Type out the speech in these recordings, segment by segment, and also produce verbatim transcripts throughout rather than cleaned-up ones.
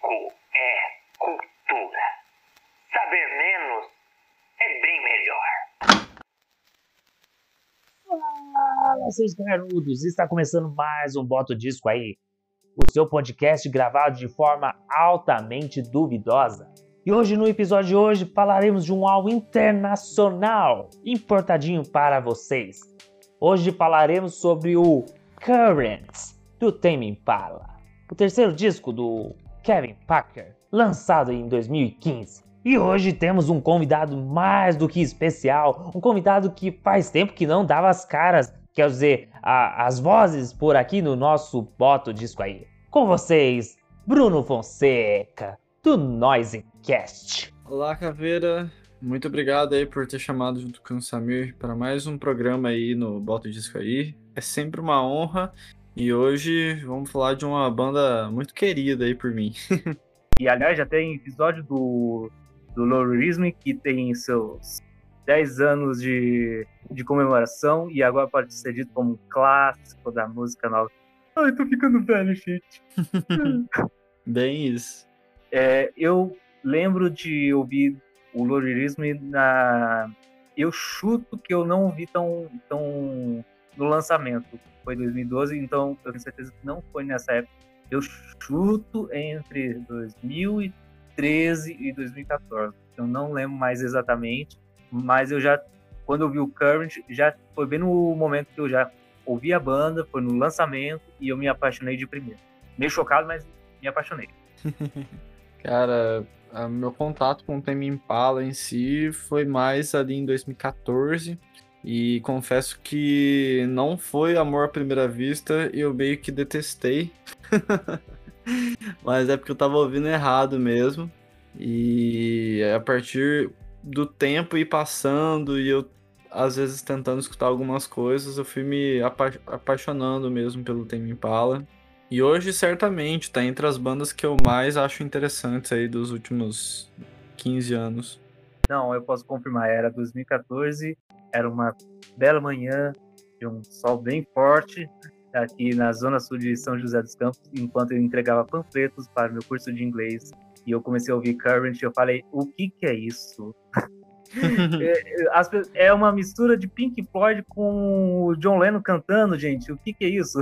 disco é cultura. Saber menos é bem melhor. Fala, seus carudos! Está começando mais um Bota o Disco aí, o seu podcast gravado de forma altamente duvidosa. E hoje, no episódio de hoje, falaremos de um álbum internacional importadinho para vocês. Hoje falaremos sobre o Currents, do Tame Impala, o terceiro disco do Kevin Parker, lançado em dois mil e quinze. E hoje temos um convidado mais do que especial, um convidado que faz tempo que não dava as caras, quer dizer, a, as vozes por aqui no nosso Bota o Disco aí. Com vocês, Bruno Fonseca, do Noisecast. Olá, Caveira. Muito obrigado aí por ter chamado junto com o Samir para mais um programa aí no Bota o Disco aí. É sempre uma honra e hoje vamos falar de uma banda muito querida aí por mim. E aliás, já tem episódio do, do Lonerism que tem seus dez anos de, de comemoração e agora pode ser dito como um clássico da música nova. Ai, tô ficando velho, gente. Bem isso. É, eu lembro de ouvir o Lonerism na... Eu chuto que eu não ouvi tão, tão no lançamento. Foi dois mil e doze, então eu tenho certeza que não foi nessa época. Eu chuto entre dois mil e treze e dois mil e quatorze. Eu não lembro mais exatamente, mas eu já, quando eu vi o Current, já foi bem no momento que eu já ouvi a banda, foi no lançamento e eu me apaixonei de primeiro. Meio chocado, mas me apaixonei. Cara, a meu contato com o Tame Impala em si foi mais ali em dois mil e quatorze e confesso que não foi amor à primeira vista e eu meio que detestei. Mas é porque eu tava ouvindo errado mesmo. E a partir do tempo ir passando e eu às vezes tentando escutar algumas coisas, eu fui me apa- apaixonando mesmo pelo Tame Impala. E hoje certamente tá entre as bandas que eu mais acho interessantes aí dos últimos quinze anos. Não, eu posso confirmar, era dois mil e quatorze, era uma bela manhã de um sol bem forte aqui na zona sul de São José dos Campos, enquanto eu entregava panfletos para o meu curso de inglês, e eu comecei a ouvir Current, e eu falei, o que que é isso? é, é uma mistura de Pink Floyd com o John Lennon cantando, gente, o que que é isso?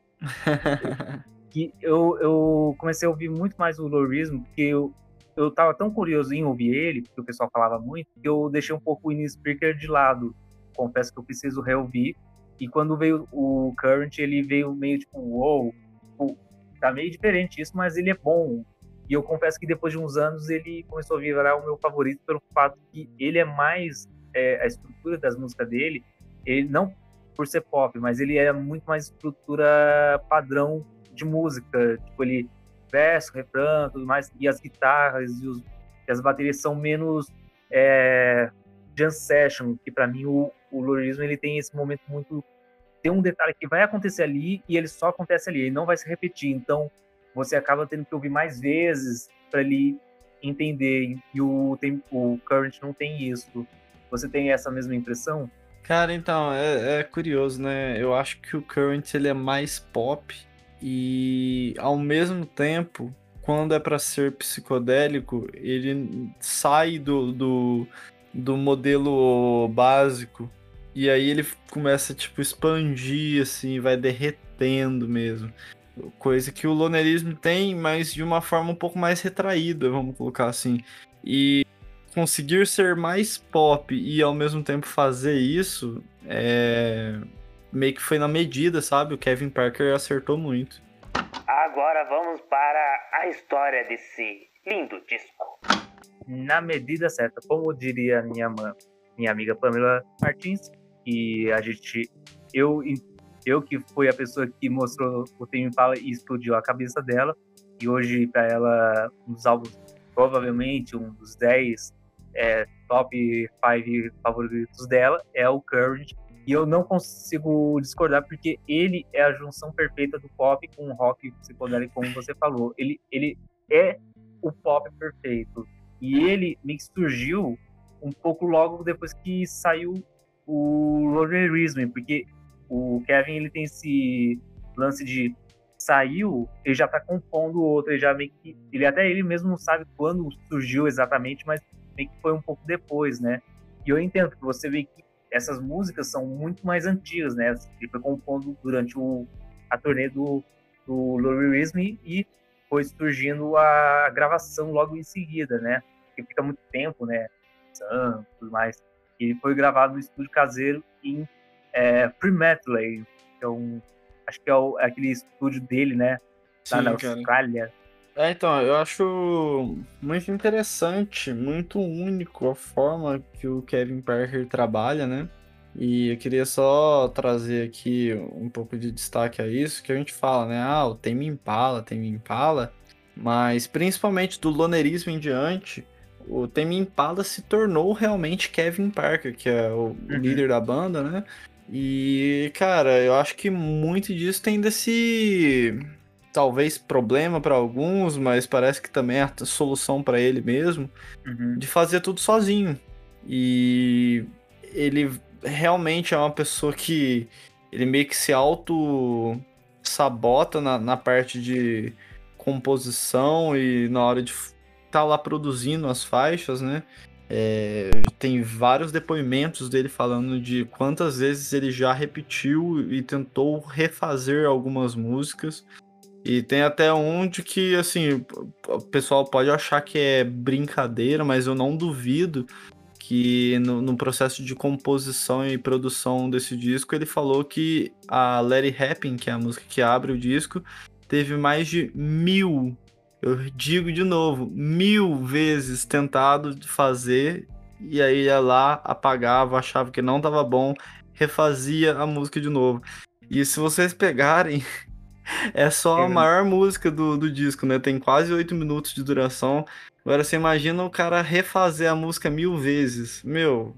Que eu, eu comecei a ouvir muito mais o Lonerism, porque eu, eu tava tão curioso em ouvir ele, porque o pessoal falava muito, que eu deixei um pouco o In Speaker de lado. Confesso que eu preciso reouvir. E quando veio o Current, ele veio meio tipo, uou, wow, tá meio diferente isso, mas ele é bom. E eu confesso que depois de uns anos ele começou a virar o meu favorito pelo fato que ele é mais, é, a estrutura das músicas dele, ele não por ser pop, mas ele é muito mais estrutura padrão de música, tipo, ele verso, refrão, tudo mais, e as guitarras e, os, e as baterias são menos é, jam session, que para mim o, o Lonerism, ele tem esse momento muito, tem um detalhe que vai acontecer ali e ele só acontece ali, ele não vai se repetir, então você acaba tendo que ouvir mais vezes para ele entender, e o, tem, o Current não tem isso. Você tem essa mesma impressão? Cara, então, é, é curioso, né? Eu acho que o Current ele é mais pop e, ao mesmo tempo, quando é pra ser psicodélico, ele sai do, do, do modelo básico e aí ele começa, tipo, expandir, assim, vai derretendo mesmo. Coisa que o Lonerism tem, mas de uma forma um pouco mais retraída, vamos colocar assim. E conseguir ser mais pop e ao mesmo tempo fazer isso, é... meio que foi na medida, sabe? O Kevin Parker acertou muito. Agora vamos para a história desse lindo disco. Na medida certa, como diria minha mãe, minha amiga Pamela Martins, que a gente, eu, eu que fui a pessoa que mostrou o Tame Impala e explodiu a cabeça dela, e hoje para ela um dos álbuns, provavelmente um dos dez é, top cinco favoritos dela é o Current, e eu não consigo discordar porque ele é a junção perfeita do pop com o rock psicodélico, como você falou. Ele, ele é o pop perfeito. E ele meio que surgiu um pouco logo depois que saiu o Lonerism, porque o Kevin ele tem esse lance de saiu, ele já tá compondo outro, ele já meio que, ele até ele mesmo não sabe quando surgiu exatamente, mas meio que foi um pouco depois, né? E eu entendo que você vê que essas músicas são muito mais antigas, né? Ele foi compondo durante o, a turnê do, do Lou e foi surgindo a gravação logo em seguida, né? Que fica muito tempo, né? E tudo mais. Ele foi gravado no estúdio caseiro em é, Fremantle, que é um, acho que é, o, é aquele estúdio dele, né? Lá Sim, na cara. Austrália. É, então, eu acho muito interessante, muito único a forma que o Kevin Parker trabalha, né? E eu queria só trazer aqui um pouco de destaque a isso, que a gente fala, né? Ah, o Tame Impala, Tame Impala, mas principalmente do lonerismo em diante, o Tame Impala se tornou realmente Kevin Parker, que é o, Uhum. o líder da banda, né? E, cara, eu acho que muito disso tem desse talvez problema para alguns, mas parece que também é a solução para ele mesmo, Uhum. de fazer tudo sozinho. E ele realmente é uma pessoa que ele meio que se auto sabota na, na parte de composição e na hora de estar tá lá produzindo as faixas, né? É, tem vários depoimentos dele falando de quantas vezes ele já repetiu e tentou refazer algumas músicas. E tem até um de que, assim, o pessoal pode achar que é brincadeira, mas eu não duvido que no, no processo de composição e produção desse disco, ele falou que a Let It Happen, que é a música que abre o disco, teve mais de mil, eu digo de novo, mil vezes tentado de fazer, e aí ia lá, apagava, achava que não tava bom, refazia a música de novo. E se vocês pegarem é só a maior música do, do disco, né? Tem quase oito minutos de duração. Agora você imagina o cara refazer a música mil vezes. Meu,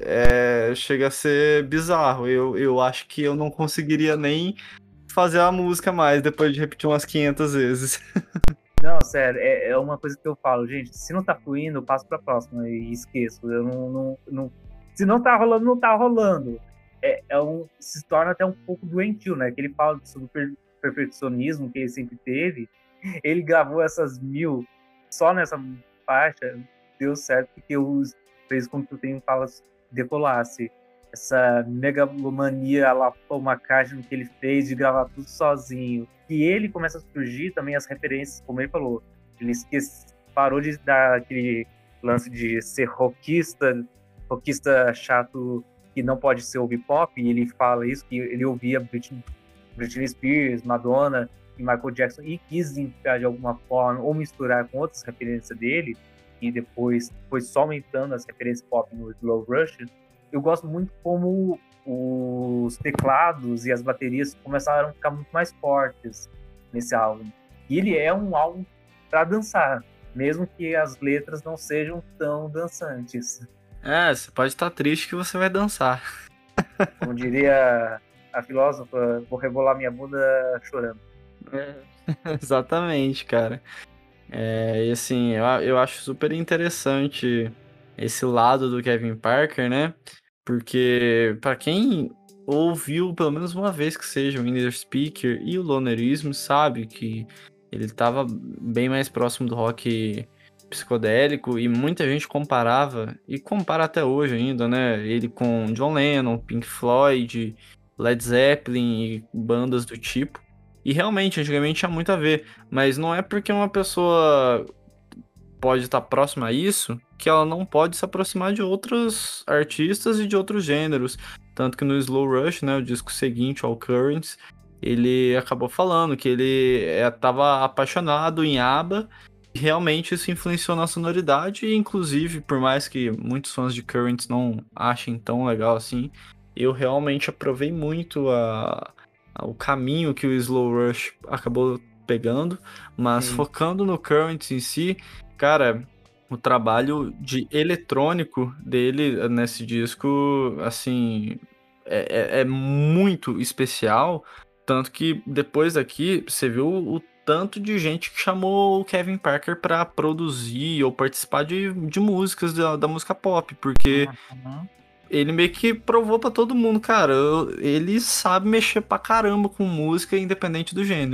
é, chega a ser bizarro. Eu, eu acho que eu não conseguiria nem fazer a música mais depois de repetir umas quinhentas vezes. Não, sério, é, é uma coisa que eu falo, gente, se não tá fluindo, eu passo pra próxima e esqueço. Eu não, não, não se não tá rolando, não tá rolando. É, é um, se torna até um pouco doentio, né? Que ele fala sobre per, perfeccionismo que ele sempre teve. Ele gravou essas mil só nessa faixa, deu certo, porque os fez com que o Tem fala decolasse. Essa megalomania lá, Paul McCartney que ele fez de gravar tudo sozinho. E ele começa a surgir também as referências, como ele falou. Ele esquece, parou de dar aquele lance de ser rockista, rockista chato que não pode ser ouvir pop, e ele fala isso, que ele ouvia Britney, Britney Spears, Madonna e Michael Jackson, e quis identificar de alguma forma, ou misturar com outras referências dele, e depois foi só aumentando as referências pop no Slow Rush. Eu gosto muito como os teclados e as baterias começaram a ficar muito mais fortes nesse álbum. E ele é um álbum para dançar, mesmo que as letras não sejam tão dançantes. É, você pode estar triste que você vai dançar. Como diria a filósofa, vou rebolar minha bunda chorando. É, exatamente, cara. É, e assim, eu, eu acho super interessante esse lado do Kevin Parker, né? Porque para quem ouviu pelo menos uma vez que seja o Inner Speaker e o Lonerism, sabe que ele estava bem mais próximo do rock psicodélico e muita gente comparava, e compara até hoje ainda, né? Ele com John Lennon, Pink Floyd, Led Zeppelin e bandas do tipo. E realmente, antigamente tinha muito a ver, mas não é porque uma pessoa pode estar próxima a isso que ela não pode se aproximar de outros artistas e de outros gêneros. Tanto que no Slow Rush, né, o disco seguinte ao Currents, ele acabou falando que ele estava apaixonado em ABBA e realmente isso influenciou na sonoridade. E inclusive, por mais que muitos fãs de Currents não achem tão legal assim, eu realmente aprovei muito a, a, o caminho que o Slow Rush acabou pegando, mas Sim. focando no Currents em si, cara, o trabalho de eletrônico dele nesse disco, assim, é, é, é muito especial. Tanto que depois daqui, você viu o tanto de gente que chamou o Kevin Parker para produzir ou participar de, de músicas da, da música pop, porque Uhum. ele meio que provou para todo mundo, cara, ele sabe mexer pra caramba com música, independente do gênero.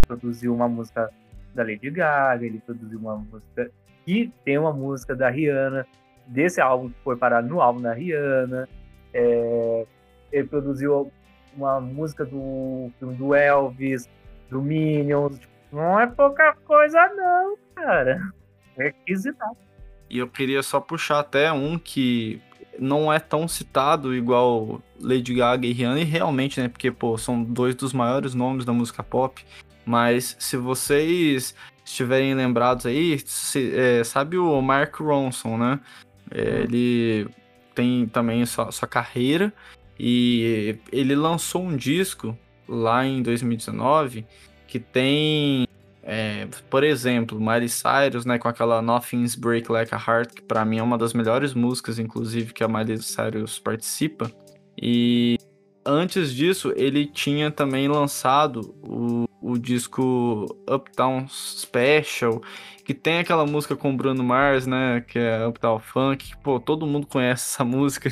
produziu uma música da Lady Gaga, ele produziu uma música... E tem uma música da Rihanna, desse álbum que foi parar no álbum da Rihanna. É, ele produziu uma música do filme do Elvis, do Minions. Tipo, não é pouca coisa não, cara. É requisitado. E eu queria só puxar até um que não é tão citado igual Lady Gaga e Rihanna, e realmente, né, porque, pô, são dois dos maiores nomes da música pop, mas se vocês estiverem lembrados aí, se, é, sabe o Mark Ronson, né? É, hum. Ele tem também sua, sua carreira, e ele lançou um disco lá em dois mil e dezenove que tem... É, por exemplo, Miley Cyrus, né, com aquela Nothing's Break Like a Heart, que pra mim é uma das melhores músicas, inclusive, que a Miley Cyrus participa. E antes disso, ele tinha também lançado o, o disco Uptown Special, que tem aquela música com o Bruno Mars, né, que é Uptown Funk, que, pô, todo mundo conhece essa música.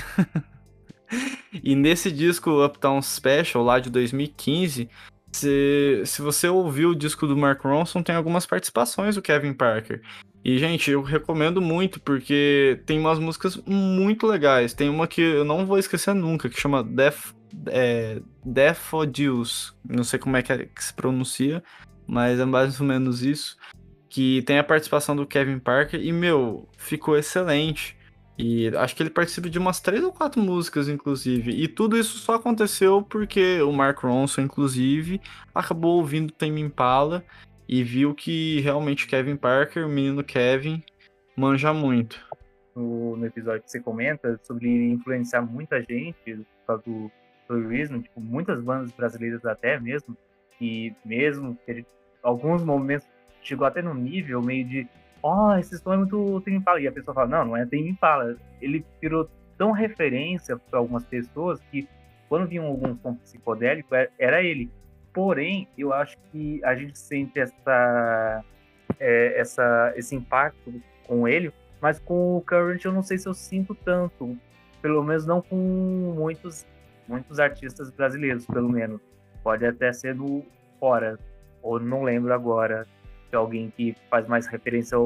E nesse disco Uptown Special, lá de dois mil e quinze... Se, se você ouviu o disco do Mark Ronson, tem algumas participações do Kevin Parker. E, gente, eu recomendo muito, porque tem umas músicas muito legais. Tem uma que eu não vou esquecer nunca, que chama Death, é, Daffodils. Não sei como é que, é que se pronuncia, mas é mais ou menos isso. Que tem a participação do Kevin Parker e, meu, ficou excelente. E acho que ele participa de umas três ou quatro músicas, inclusive. E tudo isso só aconteceu porque o Mark Ronson, inclusive, acabou ouvindo Tame Impala e viu que realmente Kevin Parker, o menino Kevin, manja muito. No, no episódio que você comenta sobre ele influenciar muita gente por causa do terrorismo, tipo, muitas bandas brasileiras até mesmo, e mesmo ele, alguns momentos chegou até num nível meio de ó, oh, esse som é muito Tame Impala. E a pessoa fala, não, não é Tame Impala. Ele virou tão referência para algumas pessoas que quando vinham algum som psicodélico, era ele. Porém, eu acho que a gente sente essa, é, essa, esse impacto com ele, mas com o Current eu não sei se eu sinto tanto. Pelo menos não com muitos, muitos artistas brasileiros, pelo menos. Pode até ser do fora, ou não lembro agora. Alguém que faz mais referência ao,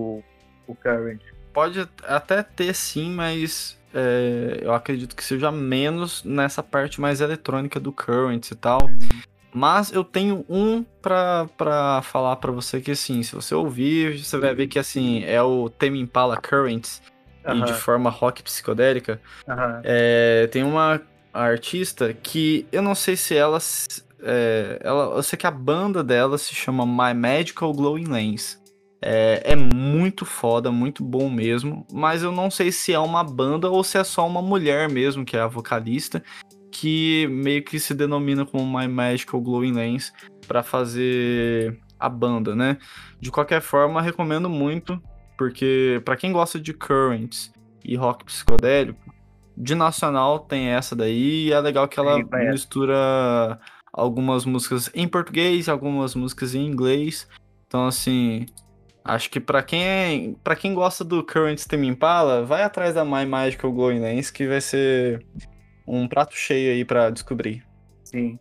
ao Current. Pode até ter sim, mas é, eu acredito que seja menos nessa parte mais eletrônica do Current e tal. Uhum. Mas eu tenho um pra, pra falar pra você que, assim, se você ouvir, você vai ver que, assim, é o Tame Impala Current, uhum. E de forma rock psicodélica. Uhum. É, tem uma artista que eu não sei se ela... É, ela, eu sei que a banda dela se chama My Magical Glowing Lens. É, é muito foda, muito bom mesmo. Mas eu não sei se é uma banda ou se é só uma mulher mesmo, que é a vocalista, que meio que se denomina como My Magical Glowing Lens para fazer a banda, né? De qualquer forma, recomendo muito, porque para quem gosta de Currents e rock psicodélico, de nacional tem essa daí, e é legal que ela Sim, mistura algumas músicas em português, algumas músicas em inglês. Então, assim, acho que pra quem é, pra quem gosta do Current Tame Impala, vai atrás da My Magical Glowing Lens, que vai ser um prato cheio aí pra descobrir. Sim,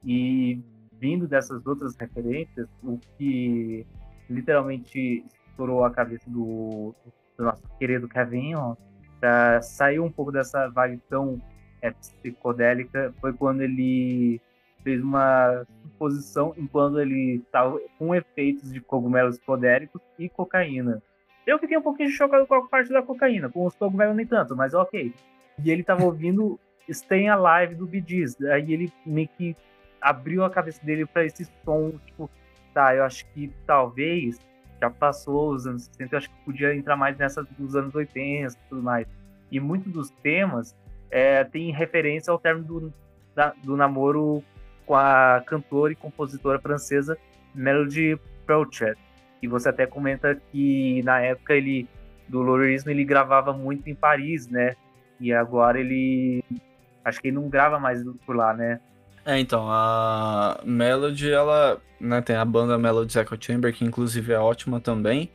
e vindo dessas outras referências, o que literalmente estourou a cabeça do, do nosso querido Kevin, ó, pra sair um pouco dessa vibe tão é, psicodélica, foi quando ele fez uma suposição enquanto ele estava com efeitos de cogumelos psicodélicos e cocaína. Eu fiquei um pouquinho chocado com a parte da cocaína, com os cogumelos nem tanto, mas ok. E ele estava ouvindo Stay Alive do Bee Gees, aí ele meio que abriu a cabeça dele para esse som, tipo, tá, eu acho que talvez já passou os anos sessenta, eu acho que podia entrar mais nessa dos anos oitenta e tudo mais. E muitos dos temas é, tem referência ao término do, da, do namoro com a cantora e compositora francesa Melody Prouchet. E você até comenta que na época ele, do Lourisme ele gravava muito em Paris, né? E agora ele... acho que ele não grava mais por lá, né? É, então, a Melody, ela... né, tem a banda Melody's Echo Chamber, que inclusive é ótima também.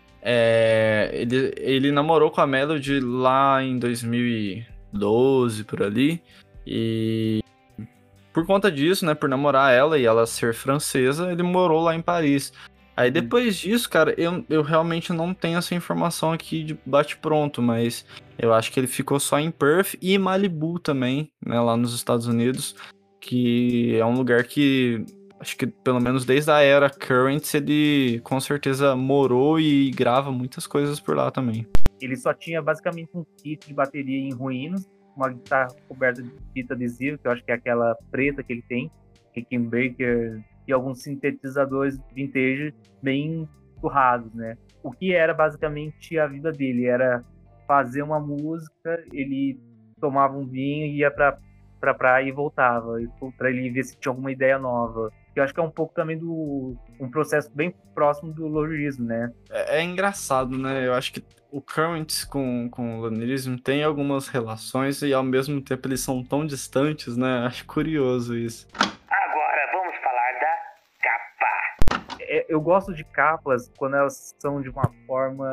É, ele, ele namorou com a Melody lá em dois mil e doze, por ali. E... por conta disso, né, por namorar ela e ela ser francesa, ele morou lá em Paris. Aí depois disso, cara, eu, eu realmente não tenho essa informação aqui de bate-pronto, mas eu acho que ele ficou só em Perth e Malibu também, né, lá nos Estados Unidos, que é um lugar que, acho que pelo menos desde a era Currents, ele com certeza morou e grava muitas coisas por lá também. Ele só tinha basicamente um kit de bateria em ruínas, uma guitarra coberta de fita adesiva, que eu acho que é aquela preta que ele tem, Rickenbacker, e alguns sintetizadores vintage bem surrados, né? O que era basicamente a vida dele, era fazer uma música, ele tomava um vinho e ia pra, pra praia e voltava, para ele ver se tinha alguma ideia nova. Que eu acho que é um pouco também do um processo bem próximo do Lorismo, né? É, é engraçado, né? Eu acho que o Currents com, com o Lanirismo tem algumas relações e ao mesmo tempo eles são tão distantes, né? Acho curioso isso. Agora vamos falar da capa. É, eu gosto de capas quando elas são de uma forma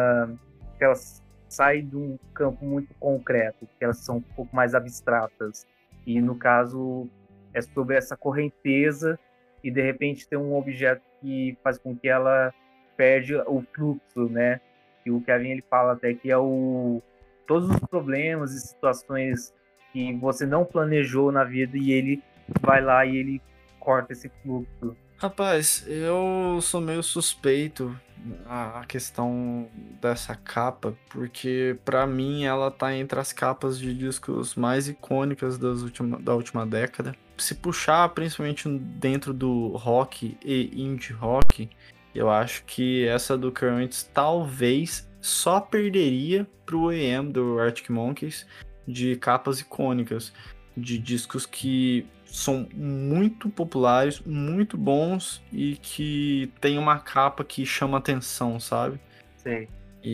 que elas saem de um campo muito concreto, que elas são um pouco mais abstratas. E no caso é sobre essa correnteza e de repente tem um objeto que faz com que ela perde o fluxo, né? E o Kevin ele fala até que é o todos os problemas e situações que você não planejou na vida e ele vai lá e ele corta esse fluxo. Rapaz, eu sou meio suspeito a questão dessa capa, porque pra mim ela tá entre as capas de discos mais icônicas das última, da última década. Se puxar principalmente dentro do rock e indie rock, eu acho que essa do Currents talvez só perderia pro A M do Arctic Monkeys de capas icônicas, de discos que são muito populares, muito bons e que tem uma capa que chama atenção, sabe? Sim.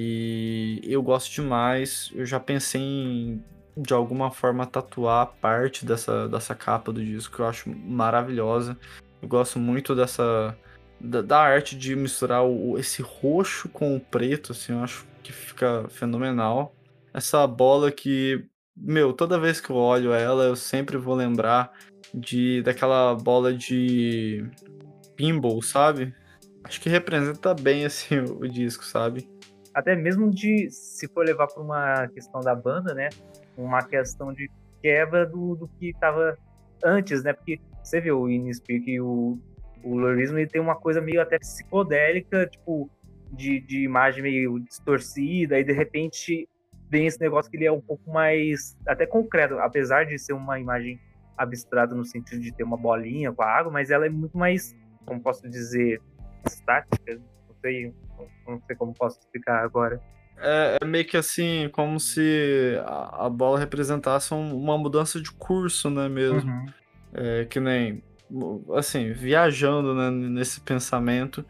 E eu gosto demais, eu já pensei em, de alguma forma, tatuar parte dessa, dessa capa do disco, que eu acho maravilhosa. Eu gosto muito dessa... Da, da arte de misturar o, esse roxo com o preto, assim, eu acho que fica fenomenal. Essa bola que, meu, toda vez que eu olho ela, eu sempre vou lembrar de daquela bola de pinball, sabe? Acho que representa bem assim o, o disco, sabe? Até mesmo de, se for levar para uma questão da banda, né? Uma questão de quebra do, do que estava antes, né? Porque você vê o Innispeak e o, o Lorismo, ele tem uma coisa meio até psicodélica, tipo, de, de imagem meio distorcida, e de repente vem esse negócio que ele é um pouco mais até concreto, apesar de ser uma imagem abstrata no sentido de ter uma bolinha com a água, mas ela é muito mais, como posso dizer, estática, não sei, não sei como posso explicar agora. É, é meio que assim, como se a, a bola representasse um, uma mudança de curso, né, mesmo. Uhum. É, que nem, assim, viajando, né, nesse pensamento,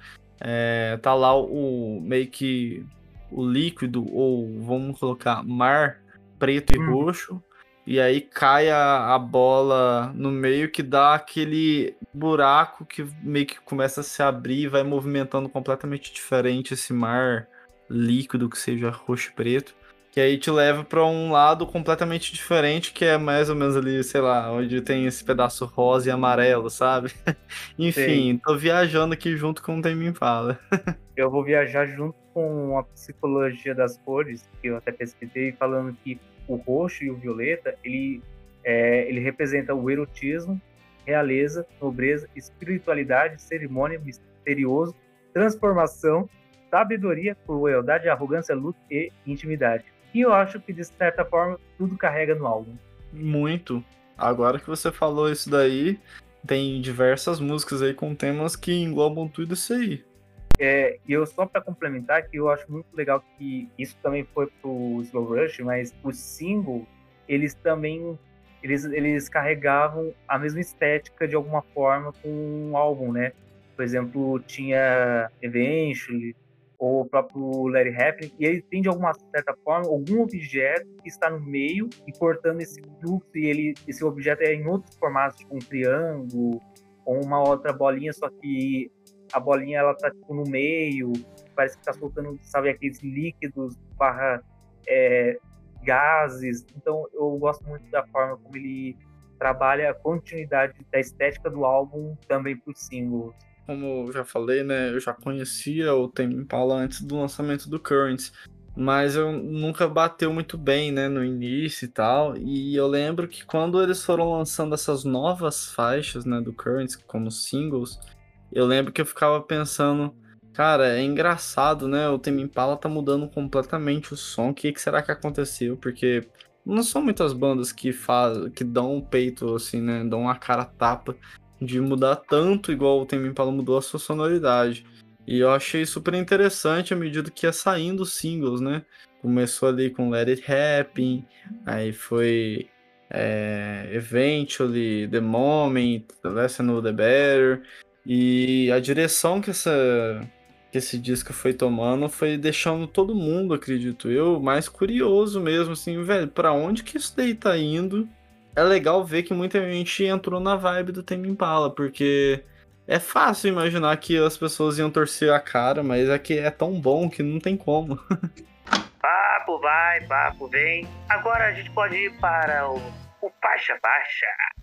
é, tá lá o, o meio que o líquido, ou vamos colocar mar preto e Uhum. roxo, e aí cai a, a bola no meio que dá aquele buraco que meio que começa a se abrir e vai movimentando completamente diferente esse mar líquido que seja roxo e preto. Que aí te leva pra um lado completamente diferente, que é mais ou menos ali, sei lá, onde tem esse pedaço rosa e amarelo, sabe? Enfim, tô viajando aqui junto com o Tem Me Fala. Eu vou viajar junto com a psicologia das cores, que eu até pesquisei, falando que o roxo e o violeta, ele, é, ele representa o erotismo, realeza, nobreza, espiritualidade, cerimônia, misterioso, transformação, sabedoria, crueldade, arrogância, luta e intimidade. E eu acho que, de certa forma, tudo carrega no álbum. Muito. Agora que você falou isso daí, tem diversas músicas aí com temas que englobam tudo isso aí. É, e eu só para complementar que eu acho muito legal que isso também foi pro Slow Rush, mas os singles, eles também eles, eles carregavam a mesma estética de alguma forma com o álbum, né? Por exemplo, tinha Eventually ou o próprio Let It Happen, e ele tem de alguma certa forma algum objeto que está no meio e cortando esse fluxo, e ele, esse objeto é em outros formatos, tipo um triângulo ou uma outra bolinha, só que a bolinha ela tá tipo no meio, parece que tá soltando, sabe, aqueles líquidos barra é, gases. Então eu gosto muito da forma como ele trabalha a continuidade da estética do álbum também por singles. Como eu já falei, né, eu já conhecia o Tame Impala antes do lançamento do Currents, mas eu nunca bateu muito bem, né, no início e tal, e eu lembro que quando eles foram lançando essas novas faixas, né, do Currents como singles, eu lembro que eu ficava pensando, cara, é engraçado, né, o Tame Impala tá mudando completamente o som, o que, que será que aconteceu? Porque não são muitas bandas que faz, que dão o peito, assim, né, dão a cara a tapa de mudar tanto igual o Tame Impala mudou a sua sonoridade. E eu achei super interessante à medida que ia saindo os singles, né? Começou ali com Let It Happen, aí foi é, Eventually, The Moment, The Less I Know The Better. E a direção que, essa, que esse disco foi tomando foi deixando todo mundo, acredito eu, mais curioso mesmo, assim, velho, pra onde que isso daí tá indo? É legal ver que muita gente entrou na vibe do Tame Impala, porque é fácil imaginar que as pessoas iam torcer a cara, mas é que é tão bom que não tem como. Papo vai, papo vem. Agora a gente pode ir para o, o faixa faixa.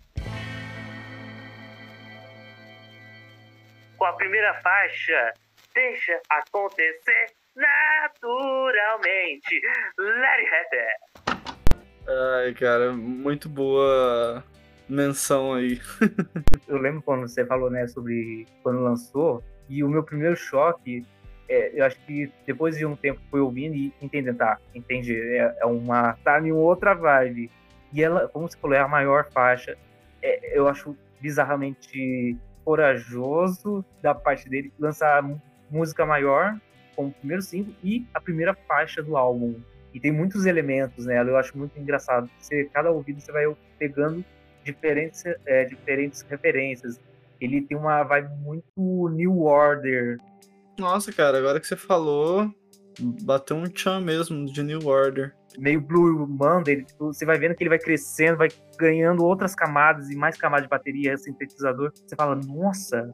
Com a primeira faixa, deixa acontecer naturalmente. Let it happen. Ai, cara, muito boa menção aí. Eu lembro quando você falou, né, sobre quando lançou, e o meu primeiro choque, é, eu acho que depois de um tempo foi ouvindo e entendendo, tá, entendi, é, é uma, tá em outra vibe. E ela, como você falou, é a maior faixa. É, eu acho bizarramente corajoso da parte dele lançar música maior como primeiro single e a primeira faixa do álbum. E tem muitos elementos nela, eu acho muito engraçado. Você, cada ouvido você vai pegando diferentes, é, diferentes referências. Ele tem uma vibe muito New Order. Nossa, cara, agora que você falou, bateu um tchan mesmo de New Order. Meio Blue Monday, você vai vendo que ele vai crescendo, vai ganhando outras camadas e mais camadas de bateria, sintetizador. Você fala, nossa...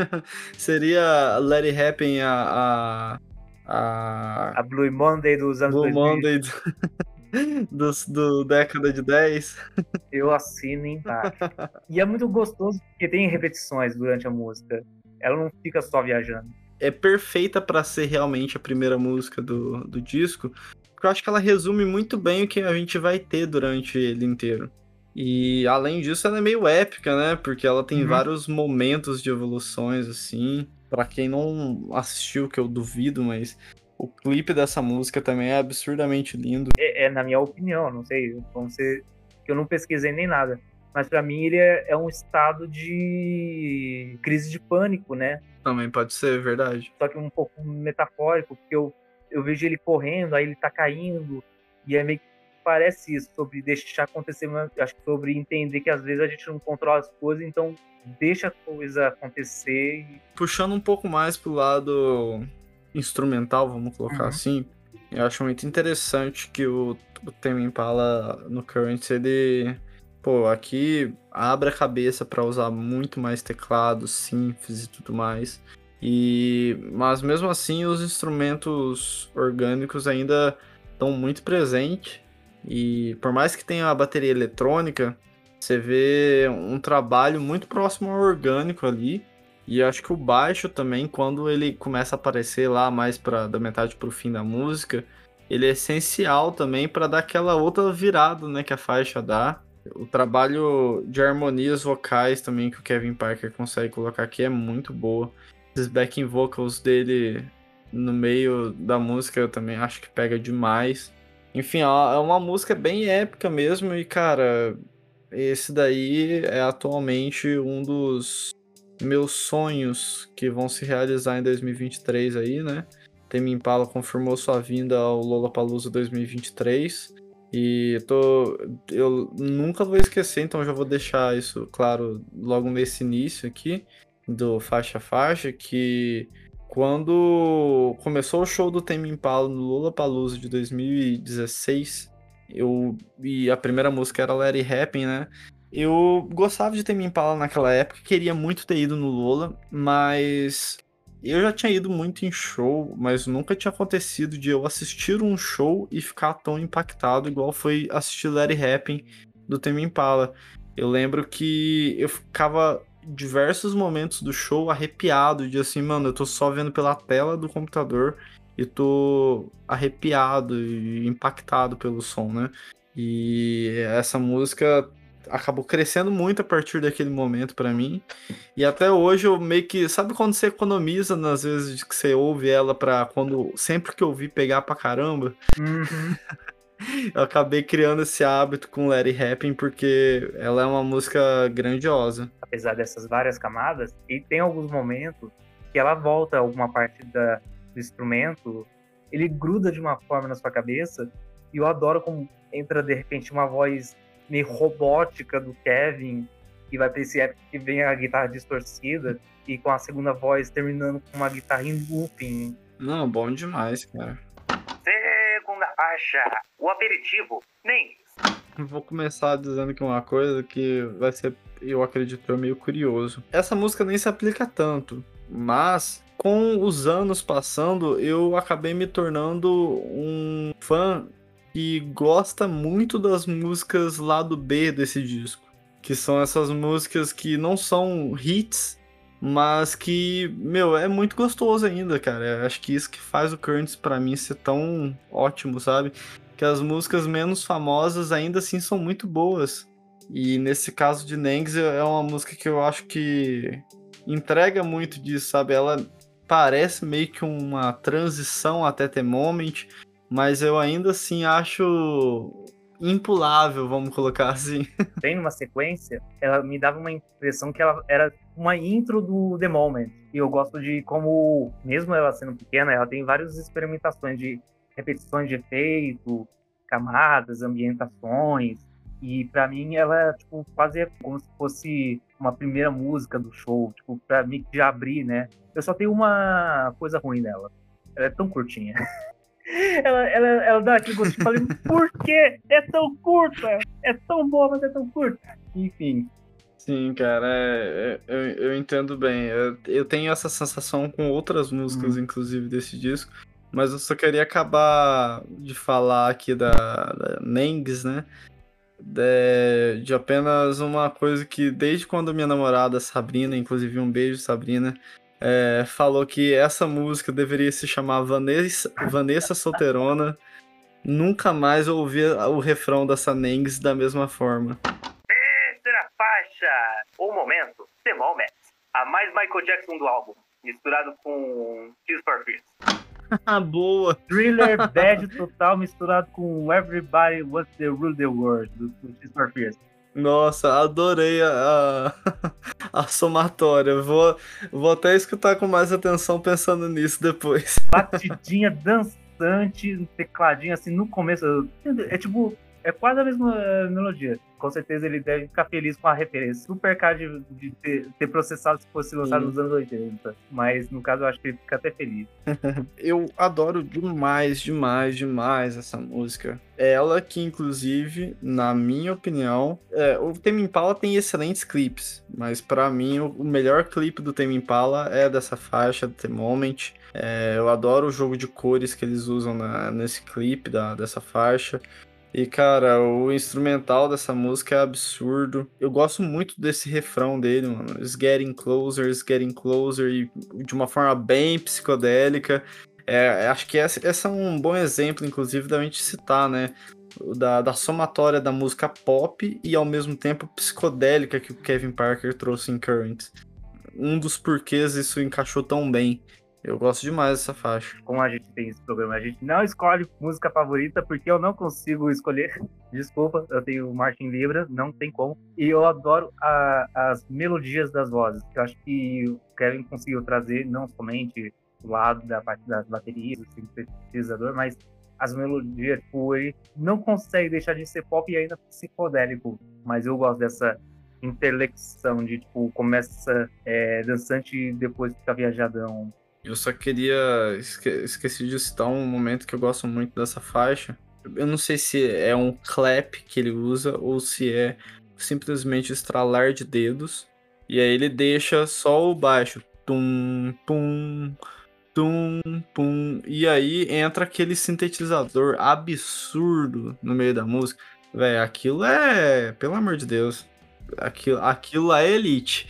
Seria Let It Happen a... A, a Blue Monday dos anos Blue dois mil. Monday do, do, do década de dez. Eu assino embaixo. E é muito gostoso porque tem repetições durante a música. Ela não fica só viajando. É perfeita pra ser realmente a primeira música do, do disco, porque eu acho que ela resume muito bem o que a gente vai ter durante ele inteiro. E além disso, ela é meio épica, né? Porque ela tem uhum. vários momentos de evoluções, assim. Pra quem não assistiu, que eu duvido, mas o clipe dessa música também é absurdamente lindo. É, é na minha opinião, não sei, vamos ser, que eu não pesquisei nem nada. Mas pra mim ele é, é um estado de crise de pânico, né? Também pode ser, verdade. Só que um pouco metafórico, porque eu, eu vejo ele correndo, aí ele tá caindo, e é meio que parece isso, sobre deixar acontecer, acho que sobre entender que às vezes a gente não controla as coisas, então deixa a coisa acontecer. E... Puxando um pouco mais pro lado instrumental, vamos colocar uhum. assim, eu acho muito interessante que o, o Tame Impala no Currents, ele, pô, aqui abre a cabeça para usar muito mais teclados, synths e tudo mais, e, mas mesmo assim os instrumentos orgânicos ainda estão muito presentes, e por mais que tenha a bateria eletrônica, você vê um trabalho muito próximo ao orgânico ali. E acho que o baixo também, quando ele começa a aparecer lá mais pra, da metade pro fim da música, ele é essencial também para dar aquela outra virada, né, que a faixa dá. O trabalho de harmonias vocais também que o Kevin Parker consegue colocar aqui é muito boa. Esses backing vocals dele no meio da música eu também acho que pega demais. Enfim, é uma música bem épica mesmo e, cara, esse daí é atualmente um dos meus sonhos que vão se realizar em dois mil e vinte e três aí, né? Tame Impala confirmou sua vinda ao Lollapalooza dois mil e vinte e três e tô, eu nunca vou esquecer, então já vou deixar isso claro logo nesse início aqui do Faixa Faixa, que quando começou o show do Tame Impala no Lollapalooza de dois mil e dezesseis, eu, e a primeira música era Let It Happen, né? Eu gostava de Tame Impala naquela época, queria muito ter ido no Lolla, mas eu já tinha ido muito em show, mas nunca tinha acontecido de eu assistir um show e ficar tão impactado igual foi assistir Let It Happen do Tame Impala. Eu lembro que eu ficava diversos momentos do show arrepiado, de assim, mano, eu tô só vendo pela tela do computador e tô arrepiado e impactado pelo som, né? E essa música acabou crescendo muito a partir daquele momento pra mim. E até hoje eu meio que, sabe quando você economiza nas vezes que você ouve ela pra quando sempre que eu ouvir pegar pra caramba? Uhum. Eu acabei criando esse hábito com Let It Happen porque ela é uma música grandiosa. Apesar dessas várias camadas, e tem alguns momentos que ela volta alguma parte da, do instrumento, ele gruda de uma forma na sua cabeça, e eu adoro como entra de repente uma voz meio robótica do Kevin, e vai pra esse épico que vem a guitarra distorcida, e com a segunda voz terminando com uma guitarra em looping. Não, bom demais, cara. Segunda faixa, o aperitivo, nem. Vou começar dizendo que uma coisa que vai ser, eu acredito, meio curioso. Essa música nem se aplica tanto, mas com os anos passando, eu acabei me tornando um fã que gosta muito das músicas lado B desse disco. Que são essas músicas que não são hits, mas que, meu, é muito gostoso ainda, cara. Eu acho que isso que faz o Currents pra mim ser tão ótimo, sabe? Que as músicas menos famosas ainda assim são muito boas. E nesse caso de Nangs é uma música que eu acho que entrega muito disso, sabe? Ela parece meio que uma transição até The Moment, mas eu ainda assim acho impulável, vamos colocar assim. Tem uma sequência, ela me dava uma impressão que ela era uma intro do The Moment. E eu gosto de como, mesmo ela sendo pequena, ela tem várias experimentações de repetições de efeito, camadas, ambientações. E pra mim ela tipo, quase é como se fosse uma primeira música do show, tipo, pra mim já abrir, né? Eu só tenho uma coisa ruim nela. Ela é tão curtinha. Ela, ela, ela dá aquele gostinho, falei, por que é tão curta? É tão boa, mas é tão curta. Enfim. Sim, cara, é, é, eu, eu entendo bem. Eu, eu tenho essa sensação com outras músicas, Hum. inclusive, desse disco. Mas eu só queria acabar de falar aqui da, da Nangs, né? De, de apenas uma coisa que, desde quando minha namorada, Sabrina, inclusive um beijo, Sabrina, é, falou que essa música deveria se chamar Vanessa, Vanessa Solteirona, nunca mais eu ouvi o refrão dessa Nangs da mesma forma. Terceira faixa, o momento, The Moment. A mais Michael Jackson do álbum, misturado com Tears for Fears. Ah, boa! Thriller bad total misturado com Everybody Wants to Rule the World, do Tears for Fears. Nossa, adorei a, a, a somatória. Vou, vou até escutar com mais atenção pensando nisso depois. Batidinha dançante, tecladinho assim no começo. É tipo, é quase a mesma melodia. Com certeza ele deve ficar feliz com a referência. Super caro de, de ter, ter processado se fosse lançado Sim. nos anos oitenta. Mas no caso eu acho que ele fica até feliz. Eu adoro demais, demais, demais essa música. Ela que, inclusive, na minha opinião, é, o Tame Impala tem excelentes clipes, mas pra mim o, o melhor clipe do Tame Impala é dessa faixa, The Moment. É, eu adoro o jogo de cores que eles usam na, nesse clipe da, dessa faixa. E, cara, o instrumental dessa música é absurdo. Eu gosto muito desse refrão dele, mano. It's getting closer, it's getting closer, e de uma forma bem psicodélica. É, acho que esse, esse é um bom exemplo, inclusive, da gente citar, né? Da, da somatória da música pop e, ao mesmo tempo, psicodélica que o Kevin Parker trouxe em Current. Um dos porquês isso encaixou tão bem. Eu gosto demais dessa faixa. Como a gente tem esse programa, a gente não escolhe música favorita porque eu não consigo escolher. Desculpa, eu tenho Martin Libra, não tem como. E eu adoro a, as melodias das vozes. Eu acho que o Kevin conseguiu trazer não somente o lado da parte das baterias, do sintetizador, mas as melodias, tipo, ele não consegue deixar de ser pop e ainda psicodélico. Mas eu gosto dessa interlexão de, tipo, começa é, dançante e depois fica viajadão. Eu só queria... Esque... Esqueci de citar um momento que eu gosto muito dessa faixa. Eu não sei se é um clap que ele usa ou se é simplesmente estralar de dedos. E aí ele deixa só o baixo. Tum, pum, tum, pum. E aí entra aquele sintetizador absurdo no meio da música. Véi, aquilo é... Pelo amor de Deus. Aquilo, aquilo lá é elite.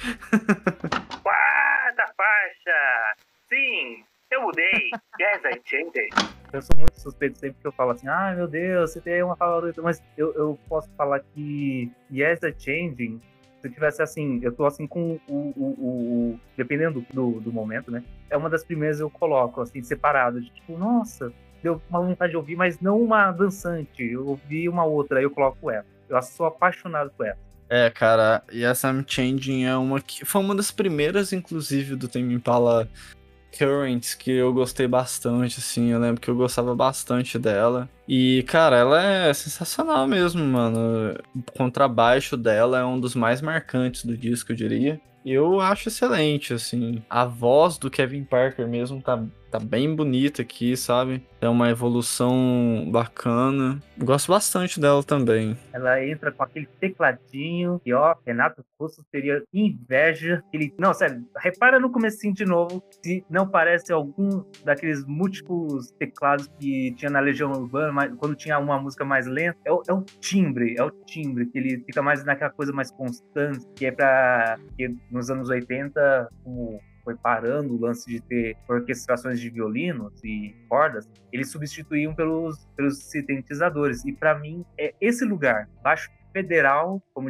Quarta faixa! Sim, eu mudei. Yes, I changed. Eu sou muito suspeito sempre que eu falo assim, ah, meu Deus, você tem uma favorita, mas eu, eu posso falar que Yes, I Changing, se eu tivesse assim, eu tô assim com o, o, o, o dependendo do, do momento, né, é uma das primeiras eu coloco, assim, separado, de, tipo, nossa, deu uma vontade de ouvir, mas não uma dançante, eu ouvi uma outra, aí eu coloco ela. Eu sou apaixonado por ela. É, cara, Yes, I'm Changing é uma que foi uma das primeiras, inclusive, do Tame Impala Currents, que eu gostei bastante, assim, eu lembro que eu gostava bastante dela. E, cara, ela é sensacional mesmo, mano. O contrabaixo dela é um dos mais marcantes do disco, eu diria. E eu acho excelente, assim. A voz do Kevin Parker mesmo tá, tá bem bonita aqui, sabe? É uma evolução bacana. Gosto bastante dela também. Ela entra com aquele tecladinho e, ó, Renato Russo teria inveja. Ele... Não, sério, repara no comecinho de novo se não parece algum daqueles múltiplos teclados que tinha na Legião Urbana, mas quando tinha uma música mais lenta. É o, é o timbre, é o timbre, que ele fica mais naquela coisa mais constante, que é pra... Que nos anos oitenta, como foi parando o lance de ter orquestrações de violinos e cordas, eles substituíam pelos, pelos sintetizadores. E para mim, é esse lugar, baixo federal, como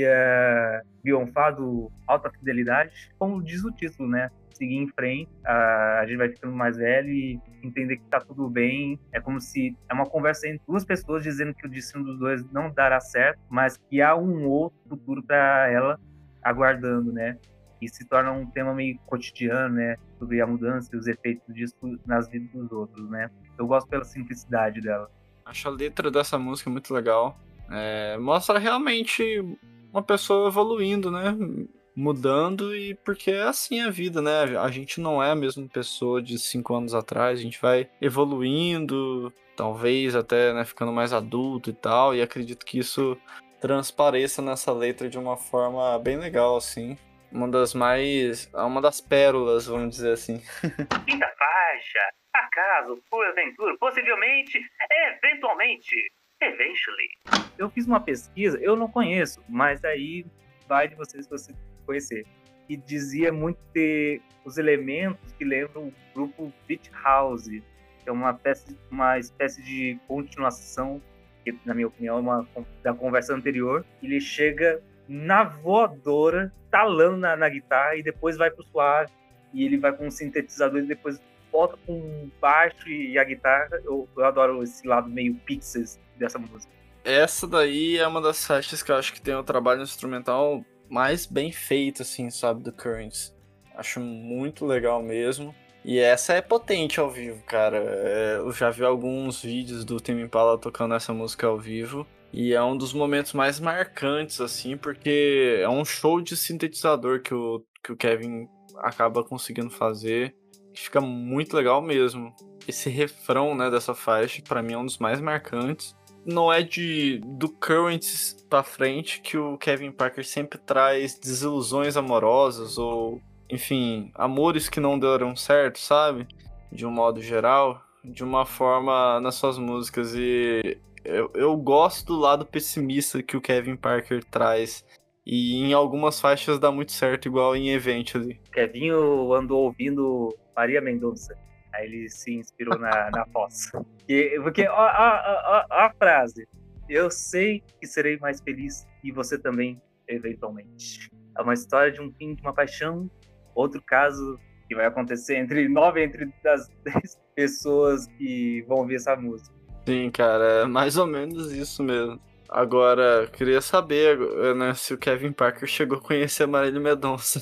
diria Bionfado, alta fidelidade, como diz o título, né? Seguir em frente, a, a gente vai ficando mais velho e entender que tá tudo bem. É como se é uma conversa entre duas pessoas dizendo que o destino dos dois não dará certo, mas que há um outro futuro para ela aguardando, né? E se torna um tema meio cotidiano, né? Sobre a mudança e os efeitos disso nas vidas dos outros, né? Eu gosto pela simplicidade dela. Acho a letra dessa música muito legal. É, mostra realmente uma pessoa evoluindo, né? Mudando, e porque é assim a vida, né? A gente não é a mesma pessoa de cinco anos atrás, a gente vai evoluindo, talvez até, né, ficando mais adulto e tal, e acredito que isso transpareça nessa letra de uma forma bem legal, assim. Uma das mais... uma das pérolas, vamos dizer assim. Quinta faixa. Acaso, porventura, possivelmente, eventualmente, eventually. Eu fiz uma pesquisa, eu não conheço, mas aí vai de vocês se você conhecer. E dizia muito ter os elementos que lembram o grupo Beat House, que é uma espécie, uma espécie de continuação, que na minha opinião é uma da conversa anterior. Ele chega na voadora, talando na, na guitarra, e depois vai pro suave, e ele vai com um sintetizador e depois volta com o baixo e a guitarra. Eu, eu adoro esse lado meio Pixies dessa música. Essa daí é uma das faixas que eu acho que tem o trabalho instrumental mais bem feito, assim, sabe, do Currents. Acho muito legal mesmo. E essa é potente ao vivo, cara. É, eu já vi alguns vídeos do Tame Impala tocando essa música ao vivo. E é um dos momentos mais marcantes, assim, porque é um show de sintetizador que o, que o Kevin acaba conseguindo fazer. Que fica muito legal mesmo. Esse refrão, né, dessa faixa, pra mim é um dos mais marcantes. Não é de do Currents pra frente que o Kevin Parker sempre traz desilusões amorosas ou, enfim, amores que não deram certo, sabe? De um modo geral, de uma forma nas suas músicas. E eu, eu gosto do lado pessimista que o Kevin Parker traz. E em algumas faixas dá muito certo, igual em Eventually. Kevinho andou ouvindo Maria Mendonça. Aí ele se inspirou na, na voz. E, porque, ó, ó, ó, ó a frase. Eu sei que serei mais feliz e você também, eventualmente. É uma história de um fim de uma paixão. Outro caso que vai acontecer entre nove entre das dez pessoas que vão ouvir essa música. Sim, cara, é mais ou menos isso mesmo. Agora, queria saber, né, se o Kevin Parker chegou a conhecer a Marília Mendonça.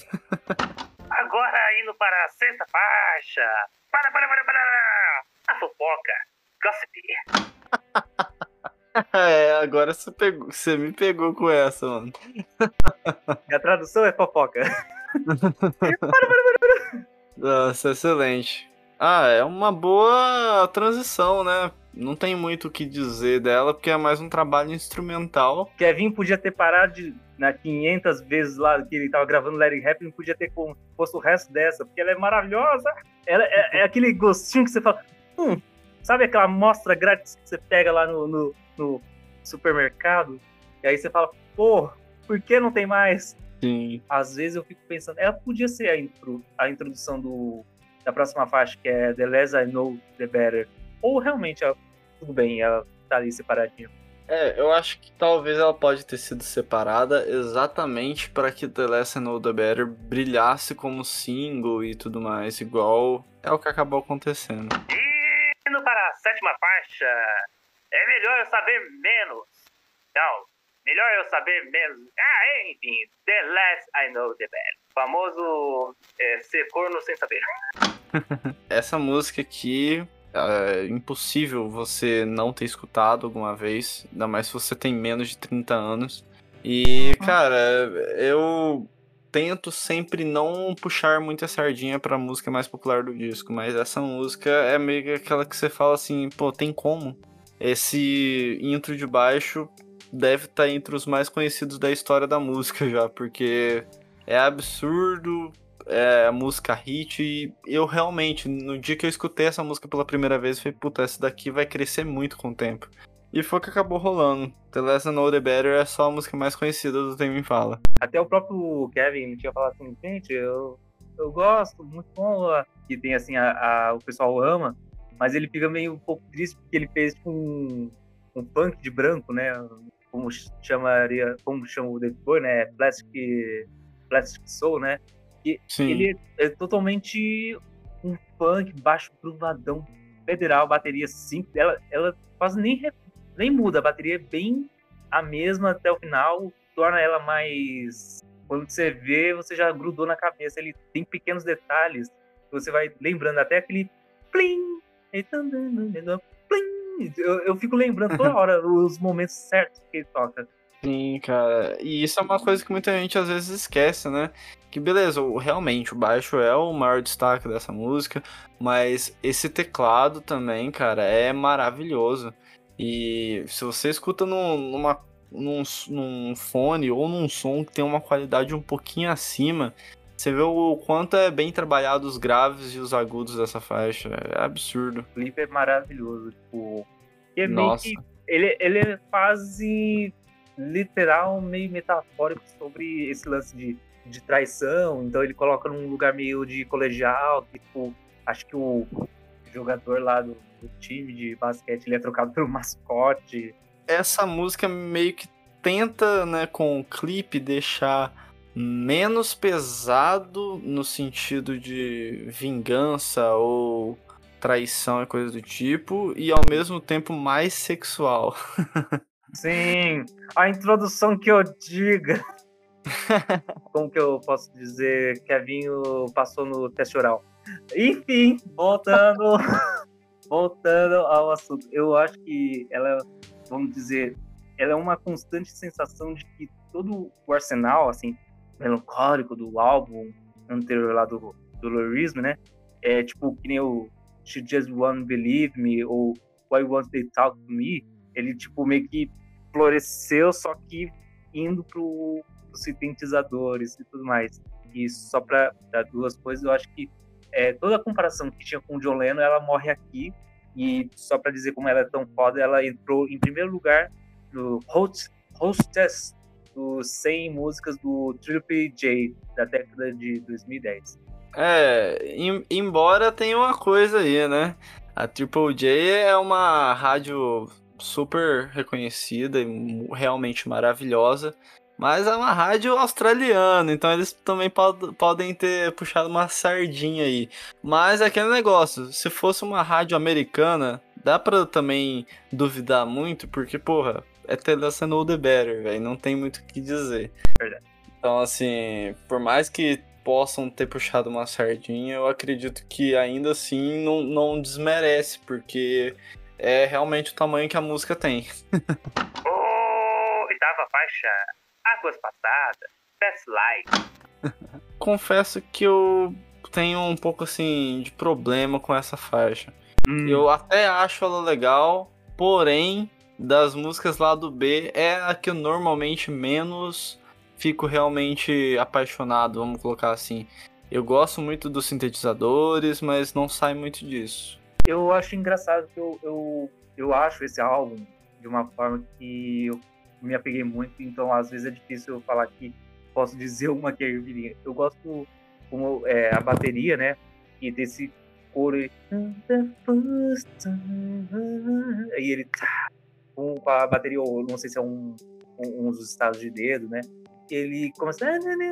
Agora indo para a sexta faixa. Para, para, para, para! A fofoca. Gossip. É, agora você, pegou, você me pegou com essa, mano. E a tradução é fofoca. Nossa, excelente. Ah, é uma boa transição, né? Não tem muito o que dizer dela, porque é mais um trabalho instrumental. Kevin podia ter parado de, na quinhentas vezes lá que ele tava gravando Let It Happen, podia ter posto o resto dessa, porque ela é maravilhosa. Ela é, é aquele gostinho que você fala, hum, sabe aquela amostra grátis que você pega lá no, no, no supermercado? E aí você fala, pô, Por que não tem mais? Sim. Às vezes eu fico pensando, ela podia ser a, intro, a introdução do, da próxima faixa, que é The Less I Know, The Better. Ou realmente, ela, tudo bem, ela tá ali separadinha. É, eu acho que talvez ela pode ter sido separada exatamente para que The Less I Know The Better brilhasse como single e tudo mais, igual é o que acabou acontecendo. Indo para a sétima faixa, é melhor eu saber menos. Não, melhor eu saber menos. Ah, enfim, The Less I Know The Better. O famoso é, ser corno sem saber. Essa música aqui... É impossível você não ter escutado alguma vez, ainda mais se você tem menos de trinta anos. E, cara, eu tento sempre não puxar muita sardinha pra música mais popular do disco, mas essa música é meio que aquela que você fala assim, pô, tem como? Esse intro de baixo deve estar entre os mais conhecidos da história da música já, porque é absurdo. É a música hit, e eu realmente, no dia que eu escutei essa música pela primeira vez, eu falei, puta, essa daqui vai crescer muito com o tempo. E foi o que acabou rolando. The Less I Know The Better é só a música mais conhecida do Tame Impala. Até o próprio Kevin tinha falado assim, gente, eu, eu gosto, muito bom, que tem assim, a, a, o pessoal ama, mas ele fica meio um pouco triste porque ele fez tipo, um, um punk de branco, né, como chamaria, como chama o David Bowie, né, Plastic, Plastic Soul, né. E Sim. Ele é totalmente um funk, baixo gruvadão, federal, bateria simples. Ela, ela quase nem, nem muda, a bateria é bem a mesma até o final, torna ela mais... Quando você vê, você já grudou na cabeça. Ele tem pequenos detalhes, você vai lembrando até aquele plim, plim. Eu, eu fico lembrando toda hora os momentos certos que ele toca. Sim, cara. E isso é uma coisa que muita gente às vezes esquece, né? Que beleza, o- realmente o baixo é o maior destaque dessa música, mas esse teclado também, cara, é maravilhoso. E se você escuta num, numa, num, num fone ou num som que tem uma qualidade um pouquinho acima, você vê o quanto é bem trabalhado os graves e os agudos dessa faixa. É absurdo. O clipe é maravilhoso, tipo... E é meio Nossa. que... Ele, ele é quase literal, meio metafórico sobre esse lance de de traição, então ele coloca num lugar meio de colegial, que, tipo, acho que o jogador lá do, do time de basquete, ele é trocado pelo mascote. Essa música meio que tenta, né, com o clipe, deixar menos pesado no sentido de vingança ou traição e coisa do tipo, e ao mesmo tempo mais sexual. Sim, a introdução que eu diga. Como que eu posso dizer? Kevinho passou no teste oral. Enfim, voltando, voltando ao assunto. Eu acho que ela, vamos dizer, ela é uma constante sensação de que todo o arsenal, assim, melancólico do álbum anterior lá do, do Lorismo, né? É tipo, que nem o She Just Wanna Believe Me ou Why Won't They Talk To Me? Ele, tipo, meio que floresceu, só que indo pro os sintetizadores e tudo mais. E só para dar duas coisas, eu acho que é, toda a comparação que tinha com o John Lennon, ela morre aqui. E só para dizer como ela é tão foda, ela entrou em primeiro lugar no Host, Hostess dos cem músicas do Triple J da década de dois mil e dez. É, em, embora tenha uma coisa aí, né? A Triple J é uma rádio super reconhecida e realmente maravilhosa. Mas é uma rádio australiana, então eles também pod- podem ter puxado uma sardinha aí. Mas é aquele negócio, se fosse uma rádio americana, dá pra também duvidar muito, porque, porra, é The Less I Know The Better, velho, não tem muito o que dizer. Verdade. Então, assim, por mais que possam ter puxado uma sardinha, eu acredito que ainda assim não, não desmerece, porque é realmente o tamanho que a música tem. Oitava faixa. Águas Passadas, Fast Life. Confesso que eu tenho um pouco assim de problema com essa faixa. Hum. Eu até acho ela legal, porém, das músicas lá do B, é a que eu normalmente menos fico realmente apaixonado, vamos colocar assim. Eu gosto muito dos sintetizadores, mas não sai muito disso. Eu acho engraçado que eu, eu, eu acho esse álbum de uma forma que eu me apeguei muito, então às vezes é difícil eu falar que posso dizer uma que é ervilhinha. Eu gosto como é, a bateria, né? E desse coro aí. Aí ele tá, com a bateria, ou não sei se é um, um, um dos estados de dedo, né? Ele começa.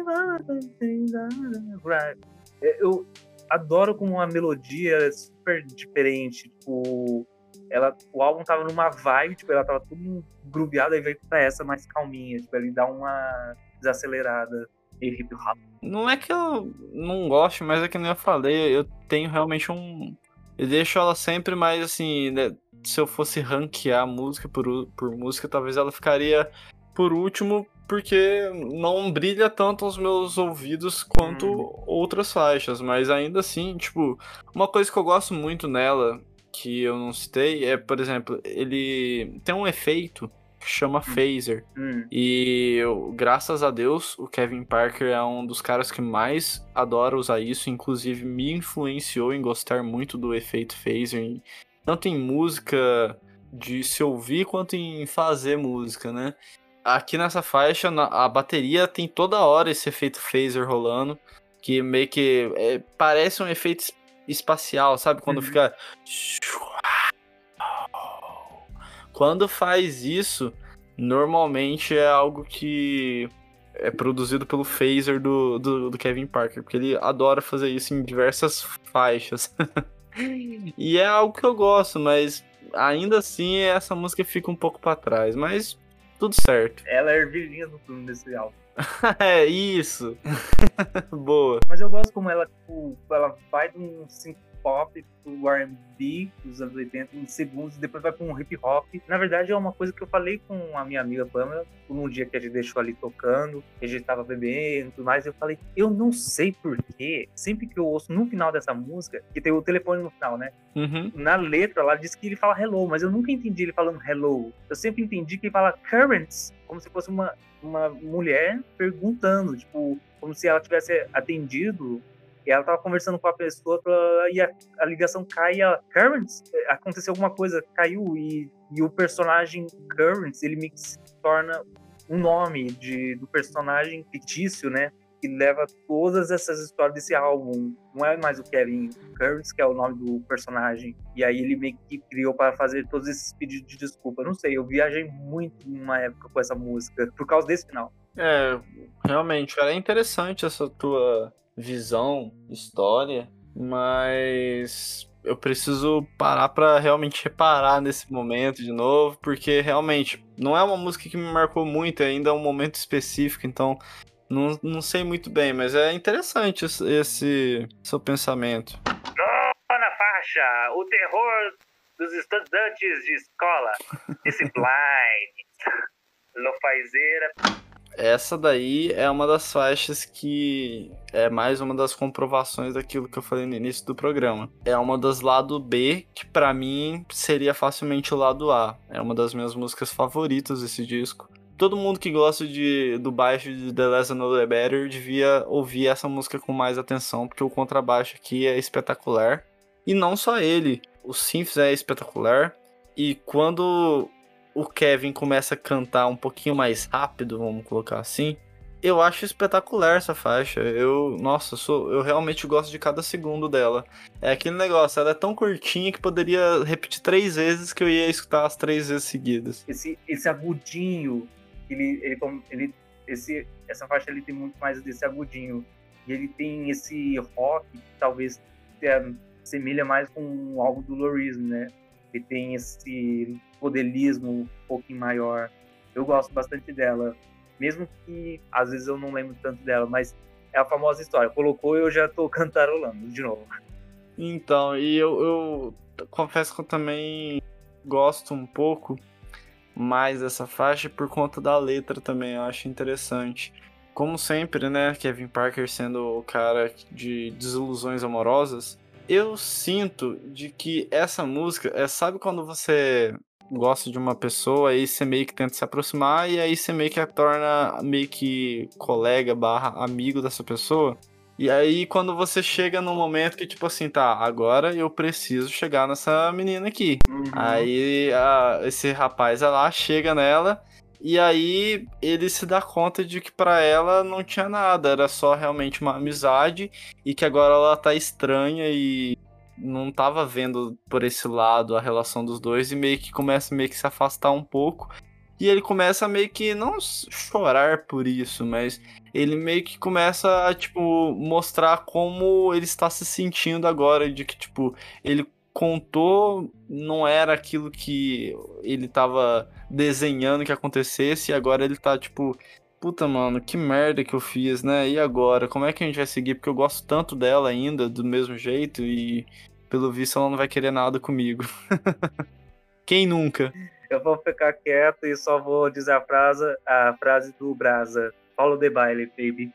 Eu adoro como uma melodia é super diferente. Tipo, ela, o álbum tava numa vibe, tipo, ela tava tudo grooveada e veio pra essa mais calminha. Tipo, ele dá uma desacelerada e hip hop. Não é que eu não gosto, mas é que nem eu falei, eu tenho realmente um. Eu deixo ela sempre mais assim, né? Se eu fosse ranquear música por, por música, talvez ela ficaria por último, porque não brilha tanto aos meus ouvidos quanto hum. outras faixas, mas ainda assim, tipo, uma coisa que eu gosto muito nela, que eu não citei, é, por exemplo, ele tem um efeito que chama phaser, Hum. e eu, graças a Deus, o Kevin Parker é um dos caras que mais adora usar isso, inclusive me influenciou em gostar muito do efeito phaser, tanto em música de se ouvir, quanto em fazer música, né? Aqui nessa faixa, a bateria tem toda hora esse efeito phaser rolando, que meio que é, parece um efeito espacial, sabe? Quando uhum. fica... Quando faz isso, normalmente é algo que é produzido pelo phaser do, do, do Kevin Parker, porque ele adora fazer isso em diversas faixas. E é algo que eu gosto, mas ainda assim essa música fica um pouco pra trás, mas tudo certo. Ela é ervilhinha no filme desse álbum. É, isso. Boa. Mas eu gosto como ela, tipo, ela vai de um synth pop pro R and B dos anos oitenta em segundos, e depois vai pra um hip hop. Na verdade, é uma coisa que eu falei com a minha amiga Pamela, num dia que a gente deixou ali tocando, que a gente tava bebendo e tudo mais, eu falei, eu não sei porquê, sempre que eu ouço no final dessa música, que tem o telefone no final, né? Uhum. Na letra, ela diz que ele fala hello, mas eu nunca entendi ele falando hello. Eu sempre entendi que ele fala currents, como se fosse uma, uma mulher perguntando, tipo, como se ela tivesse atendido e ela tava conversando com a pessoa pra, e a, a ligação cai e ela, Currents? Aconteceu alguma coisa, caiu, e, e o personagem Currents, ele meio que se torna um nome de, do personagem fictício, né? Que leva todas essas histórias desse álbum. Não é mais o Kevin Currents, que é o nome do personagem. E aí ele meio que criou para fazer todos esses pedidos de desculpa. Não sei, eu viajei muito numa época com essa música, por causa desse final. É, realmente, cara, é interessante essa tua visão, história, mas eu preciso parar pra realmente reparar nesse momento de novo, porque realmente não é uma música que me marcou muito, ainda é um momento específico, então não, não sei muito bem, mas é interessante esse, esse seu pensamento. Nona faixa, o terror dos estudantes de escola, esse blind, lofazeira. Essa daí é uma das faixas que é mais uma das comprovações daquilo que eu falei no início do programa. É uma das lado B, que pra mim seria facilmente o lado A. É uma das minhas músicas favoritas desse disco. Todo mundo que gosta de, do baixo de The Less I Know The Better devia ouvir essa música com mais atenção, porque o contrabaixo aqui é espetacular. E não só ele, o synths é espetacular. E quando o Kevin começa a cantar um pouquinho mais rápido, vamos colocar assim, eu acho espetacular essa faixa. Eu, nossa, eu, sou, eu realmente gosto de cada segundo dela. É aquele negócio, ela é tão curtinha que poderia repetir três vezes que eu ia escutar as três vezes seguidas. Esse, esse agudinho, ele, ele, ele, esse, essa faixa ele tem muito mais desse agudinho. E ele tem esse rock que talvez se assemelha mais com algo do Lorismo, né? Ele tem esse modelismo um pouquinho maior. Eu gosto bastante dela, mesmo que às vezes eu não lembro tanto dela, mas é a famosa história, colocou e eu já tô cantarolando de novo. Então, e eu, eu confesso que eu também gosto um pouco mais dessa faixa por conta da letra também, eu acho interessante. Como sempre, né, Kevin Parker sendo o cara de desilusões amorosas, eu sinto de que essa música, é, sabe quando você gosta de uma pessoa e você meio que tenta se aproximar e aí você meio que a torna meio que colega barra amigo dessa pessoa? E aí quando você chega num momento que tipo assim, tá, agora eu preciso chegar nessa menina aqui. Uhum. Aí a, esse rapaz lá chega nela E aí ele se dá conta de que pra ela não tinha nada, era só realmente uma amizade e que agora ela tá estranha e não tava vendo por esse lado a relação dos dois e meio que começa meio que se afastar um pouco. E ele começa a meio que não chorar por isso, mas ele meio que começa a, tipo, mostrar como ele está se sentindo agora, de que, tipo, ele contou, não era aquilo que ele tava desenhando que acontecesse, e agora ele tá, tipo, puta, mano, que merda que eu fiz, né? E agora? Como é que a gente vai seguir? Porque eu gosto tanto dela ainda, do mesmo jeito, e pelo visto ela não vai querer nada comigo. Quem nunca? Eu vou ficar quieto e só vou dizer a frase, a frase do Brasa. Follow the baile, baby.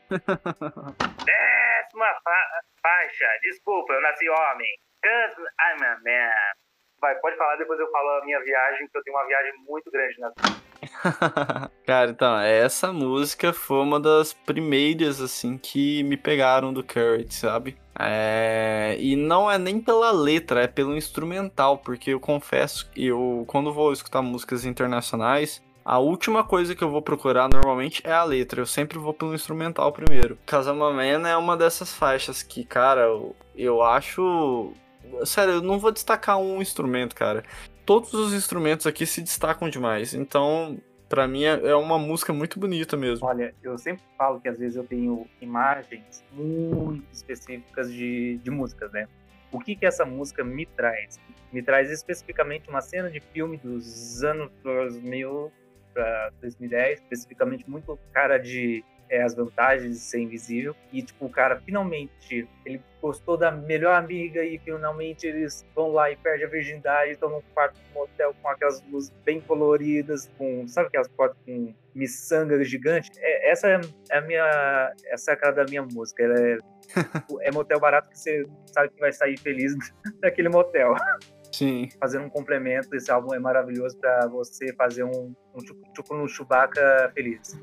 Décima fa faixa. Desculpa, eu nasci homem. Cause I'm a man. Vai, pode falar, depois eu falo a minha viagem, que eu tenho uma viagem muito grande na vida. Cara, então, essa música foi uma das primeiras, assim, que me pegaram do Currit, sabe? É... E não é nem pela letra, é pelo instrumental, porque eu confesso que eu, quando vou escutar músicas internacionais, a última coisa que eu vou procurar normalmente é a letra. Eu sempre vou pelo instrumental primeiro. Cause I'm a Man é uma dessas faixas que, cara, eu, eu acho... Sério, eu não vou destacar um instrumento, cara. Todos os instrumentos aqui se destacam demais. Então, pra mim, é uma música muito bonita mesmo. Olha, eu sempre falo que às vezes eu tenho imagens muito específicas de, de músicas, né? O que que essa música me traz? Me traz especificamente uma cena de filme dos anos dois mil para dois mil e dez, especificamente muito cara de é, As Vantagens de Ser Invisível. E, tipo, o cara finalmente, ele gostou da melhor amiga e finalmente eles vão lá e perdem a virgindade, estão num quarto de motel com aquelas luzes bem coloridas, com, sabe aquelas portas com miçanga gigante? É, essa é a minha, essa é a cara da minha música. Ela é, é motel barato que você sabe que vai sair feliz daquele motel. Sim. Fazendo um complemento, esse álbum é maravilhoso para você fazer um, um tipo no Chewbacca feliz.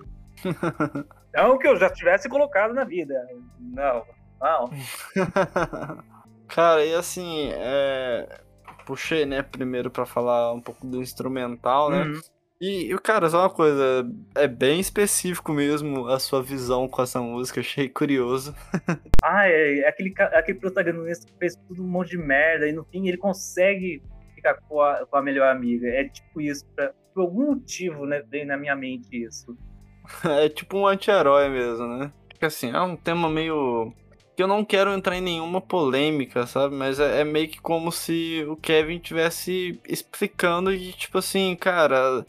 Não que eu já tivesse colocado na vida. Não, não. Cara, e assim, é... puxei, né, primeiro pra falar um pouco do instrumental, né? Uhum. E, cara, só uma coisa, é bem específico mesmo a sua visão com essa música, achei curioso. Ah, é, é aquele, aquele protagonista que fez tudo um monte de merda e no fim ele consegue ficar com a, com a melhor amiga. É tipo isso, pra, por algum motivo, né, vem na minha mente isso. É tipo um anti-herói mesmo, né? Porque assim, é um tema meio... que eu não quero entrar em nenhuma polêmica, sabe? Mas é, é meio que como se o Kevin tivesse explicando e, tipo assim, cara...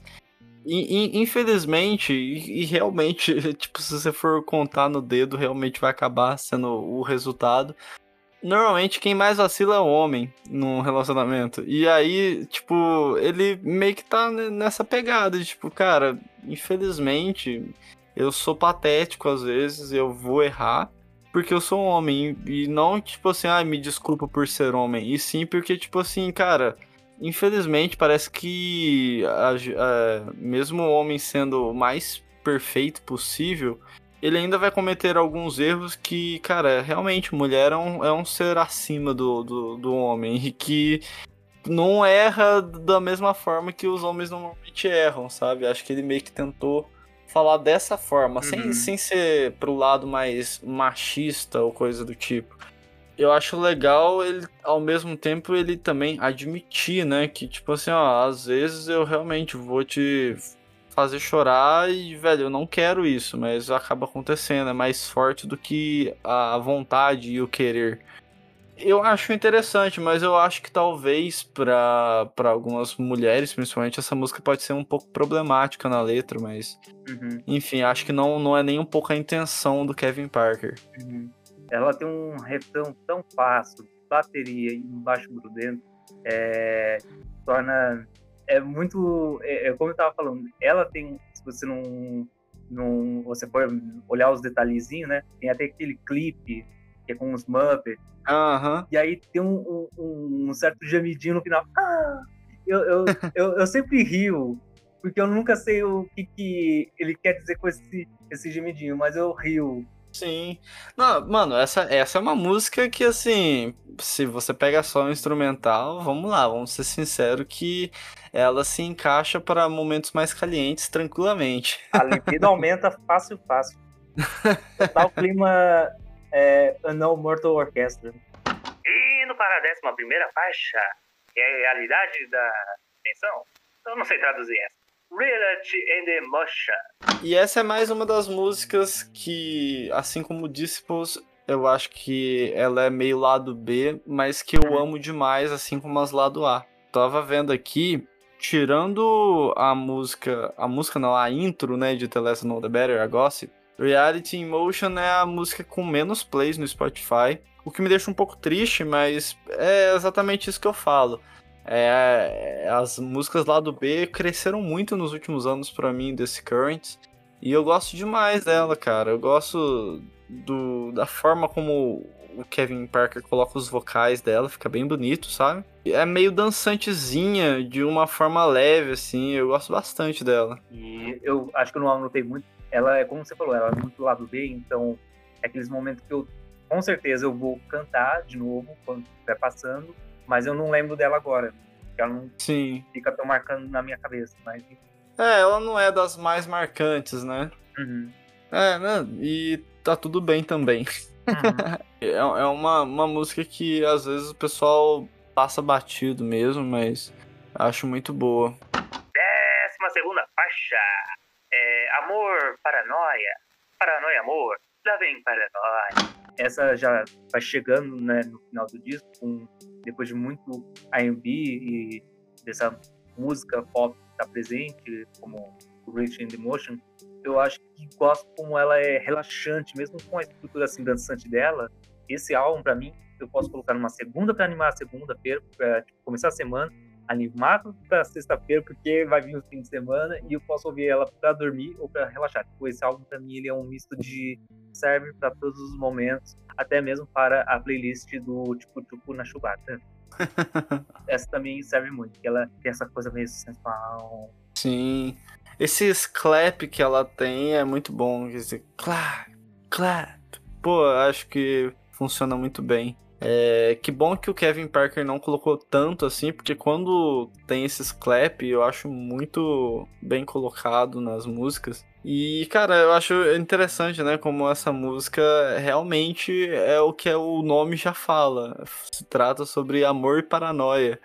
Infelizmente, e realmente, tipo, se você for contar no dedo, realmente vai acabar sendo o resultado. Normalmente, quem mais vacila é o homem num relacionamento. E aí, tipo, ele meio que tá nessa pegada de, tipo, cara, infelizmente, eu sou patético às vezes, eu vou errar, porque eu sou homem. E não, tipo assim, ah, me desculpa por ser homem. E sim porque, tipo assim, cara... Infelizmente, parece que a, a, mesmo o homem sendo o mais perfeito possível, ele ainda vai cometer alguns erros que, cara, realmente, mulher é um, é um ser acima do, do, do homem e que não erra da mesma forma que os homens normalmente erram, sabe? Acho que ele meio que tentou falar dessa forma, uhum. sem, sem ser pro lado mais machista ou coisa do tipo. Eu acho legal ele, ao mesmo tempo, ele também admitir, né, que, tipo assim, ó, às vezes eu realmente vou te fazer chorar e, velho, eu não quero isso, mas acaba acontecendo, é mais forte do que a vontade e o querer. Eu acho interessante, mas eu acho que talvez para para algumas mulheres, principalmente, essa música pode ser um pouco problemática na letra, mas, uhum. enfim, acho que não, não é nem um pouco a intenção do Kevin Parker. Uhum. Ela tem um refrão tão fácil, bateria e um baixo grudento, é, torna... É muito... É, é como eu tava falando, ela tem... Se você não... não você for olhar os detalhezinhos, né? Tem até aquele clipe que é com os Muppets. Uhum. E aí tem um, um, um certo gemidinho no final. Ah! Eu, eu, eu, eu sempre rio, porque eu nunca sei o que, que ele quer dizer com esse, esse gemidinho, mas eu rio. Sim. Não, mano, essa, essa é uma música que, assim, se você pega só o instrumental, vamos lá, vamos ser sinceros que ela se encaixa para momentos mais calientes tranquilamente. A libido aumenta fácil, fácil. Total clima é, Unknown Mortal Orchestra. Indo para a décima primeira faixa, que é a realidade da tensão. Eu não sei traduzir essa. Reality and Emotion. E essa é mais uma das músicas que, assim como Disciples, eu acho que ela é meio lado B, mas que eu amo demais, assim como as lado A. Tava vendo aqui, tirando a música, a música não, a intro, né, de The Less I Know The Better, a Gossip, Reality in Motion é a música com menos plays no Spotify, o que me deixa um pouco triste, mas é exatamente isso que eu falo. É, as músicas lá do B cresceram muito nos últimos anos pra mim, desse Current, e eu gosto demais dela, cara. Eu gosto do, da forma como o Kevin Parker coloca os vocais dela, fica bem bonito, sabe? É meio dançantezinha, de uma forma leve, assim, eu gosto bastante dela. E eu acho que eu não anotei muito. Ela é, como você falou, ela é muito do lado B, então é aqueles momentos que eu, com certeza, eu vou cantar de novo quando estiver passando, mas eu não lembro dela agora. Porque ela não Sim. fica tão marcando na minha cabeça. Mas... É, ela não é das mais marcantes, né? Uhum. É, né? E tá tudo bem também. Uhum. é é uma, uma música que às vezes o pessoal passa batido mesmo, mas acho muito boa. Décima segunda faixa. É Amor, Paranoia. Paranoia, Amor. Lá vem Paranoia. Essa já vai chegando, né, no final do disco, com, depois de muito R and B e dessa música pop que tá presente, como o Rich and Emotion. Eu acho que gosto como ela é relaxante, mesmo com a estrutura assim dançante dela. Esse álbum, pra mim, eu posso colocar numa segunda pra animar a segunda-feira, pra tipo, começar a semana, animar pra sexta-feira, porque vai vir o fim de semana, e eu posso ouvir ela pra dormir ou pra relaxar. Tipo, esse álbum, pra mim, ele é um misto de serve pra todos os momentos, até mesmo para a playlist do Tipo Tipo na Chubata. Essa também serve muito, porque ela tem essa coisa meio sensual. Sim. Esse clap que ela tem é muito bom. Quer dizer, clap, clap. Pô, acho que funciona muito bem. É, que bom que o Kevin Parker não colocou tanto assim, porque quando tem esses clap, eu acho muito bem colocado nas músicas. E, cara, eu acho interessante, né, como essa música realmente é o que o nome já fala. Se trata sobre amor e paranoia.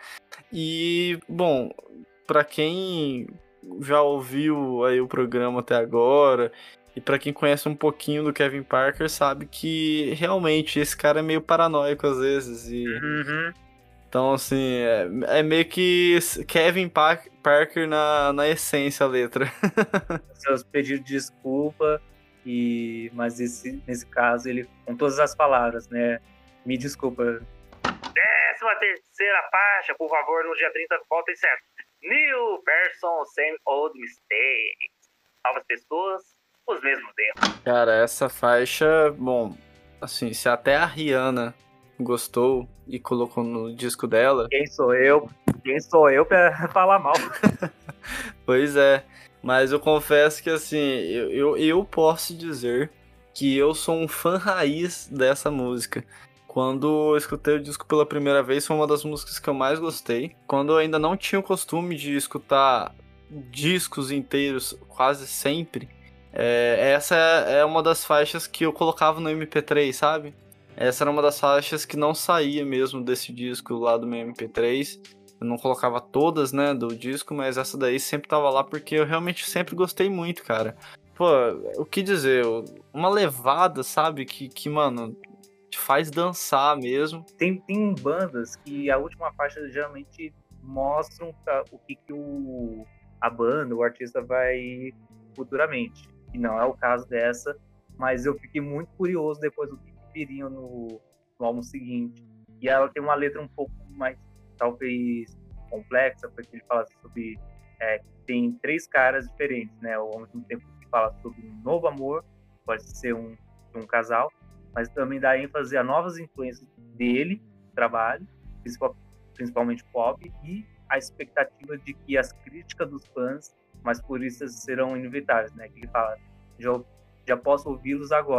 E, bom, pra quem já ouviu aí o programa até agora, e pra quem conhece um pouquinho do Kevin Parker, sabe que realmente esse cara é meio paranoico às vezes. E Uhum. então, assim, é, é meio que Kevin pa- Parker na, na essência a letra. Seus pedidos de desculpa, e mas esse, nesse caso ele com todas as palavras, né? Me desculpa. Décima terceira faixa, por favor, no dia trinta, voltem certo. New person, same old mistakes. Novas pessoas, os mesmos erros. Cara, essa faixa, bom, assim, se até a Rihanna gostou e colocou no disco dela. Quem sou eu? Quem sou eu pra falar mal? Pois é, mas eu confesso que assim, eu, eu, eu posso dizer que eu sou um fã raiz dessa música. Quando eu escutei o disco pela primeira vez, foi uma das músicas que eu mais gostei. Quando eu ainda não tinha o costume de escutar discos inteiros quase sempre, é, essa é uma das faixas que eu colocava no M P três, sabe? Essa era uma das faixas que não saía mesmo desse disco lá do meu M P três. Eu não colocava todas, né, do disco, mas essa daí sempre tava lá porque eu realmente sempre gostei muito, cara. Pô, o que dizer? Uma levada, sabe? Que, que mano, te faz dançar mesmo. Tem, tem bandas que a última faixa geralmente mostram pra, o que, que o, a banda, o artista vai futuramente. E não é o caso dessa, mas eu fiquei muito curioso depois do que, que viriam no, no álbum seguinte. E ela tem uma letra um pouco mais, talvez, complexa, porque ele fala sobre... É, tem três caras diferentes, né? Ao mesmo tempo que fala sobre um novo amor, pode ser um, um casal, mas também dá ênfase a novas influências dele, trabalho, principalmente pop, e a expectativa de que as críticas dos fãs mais puristas serão inevitáveis, né? Que ele fala, já, já posso ouvi-los agora,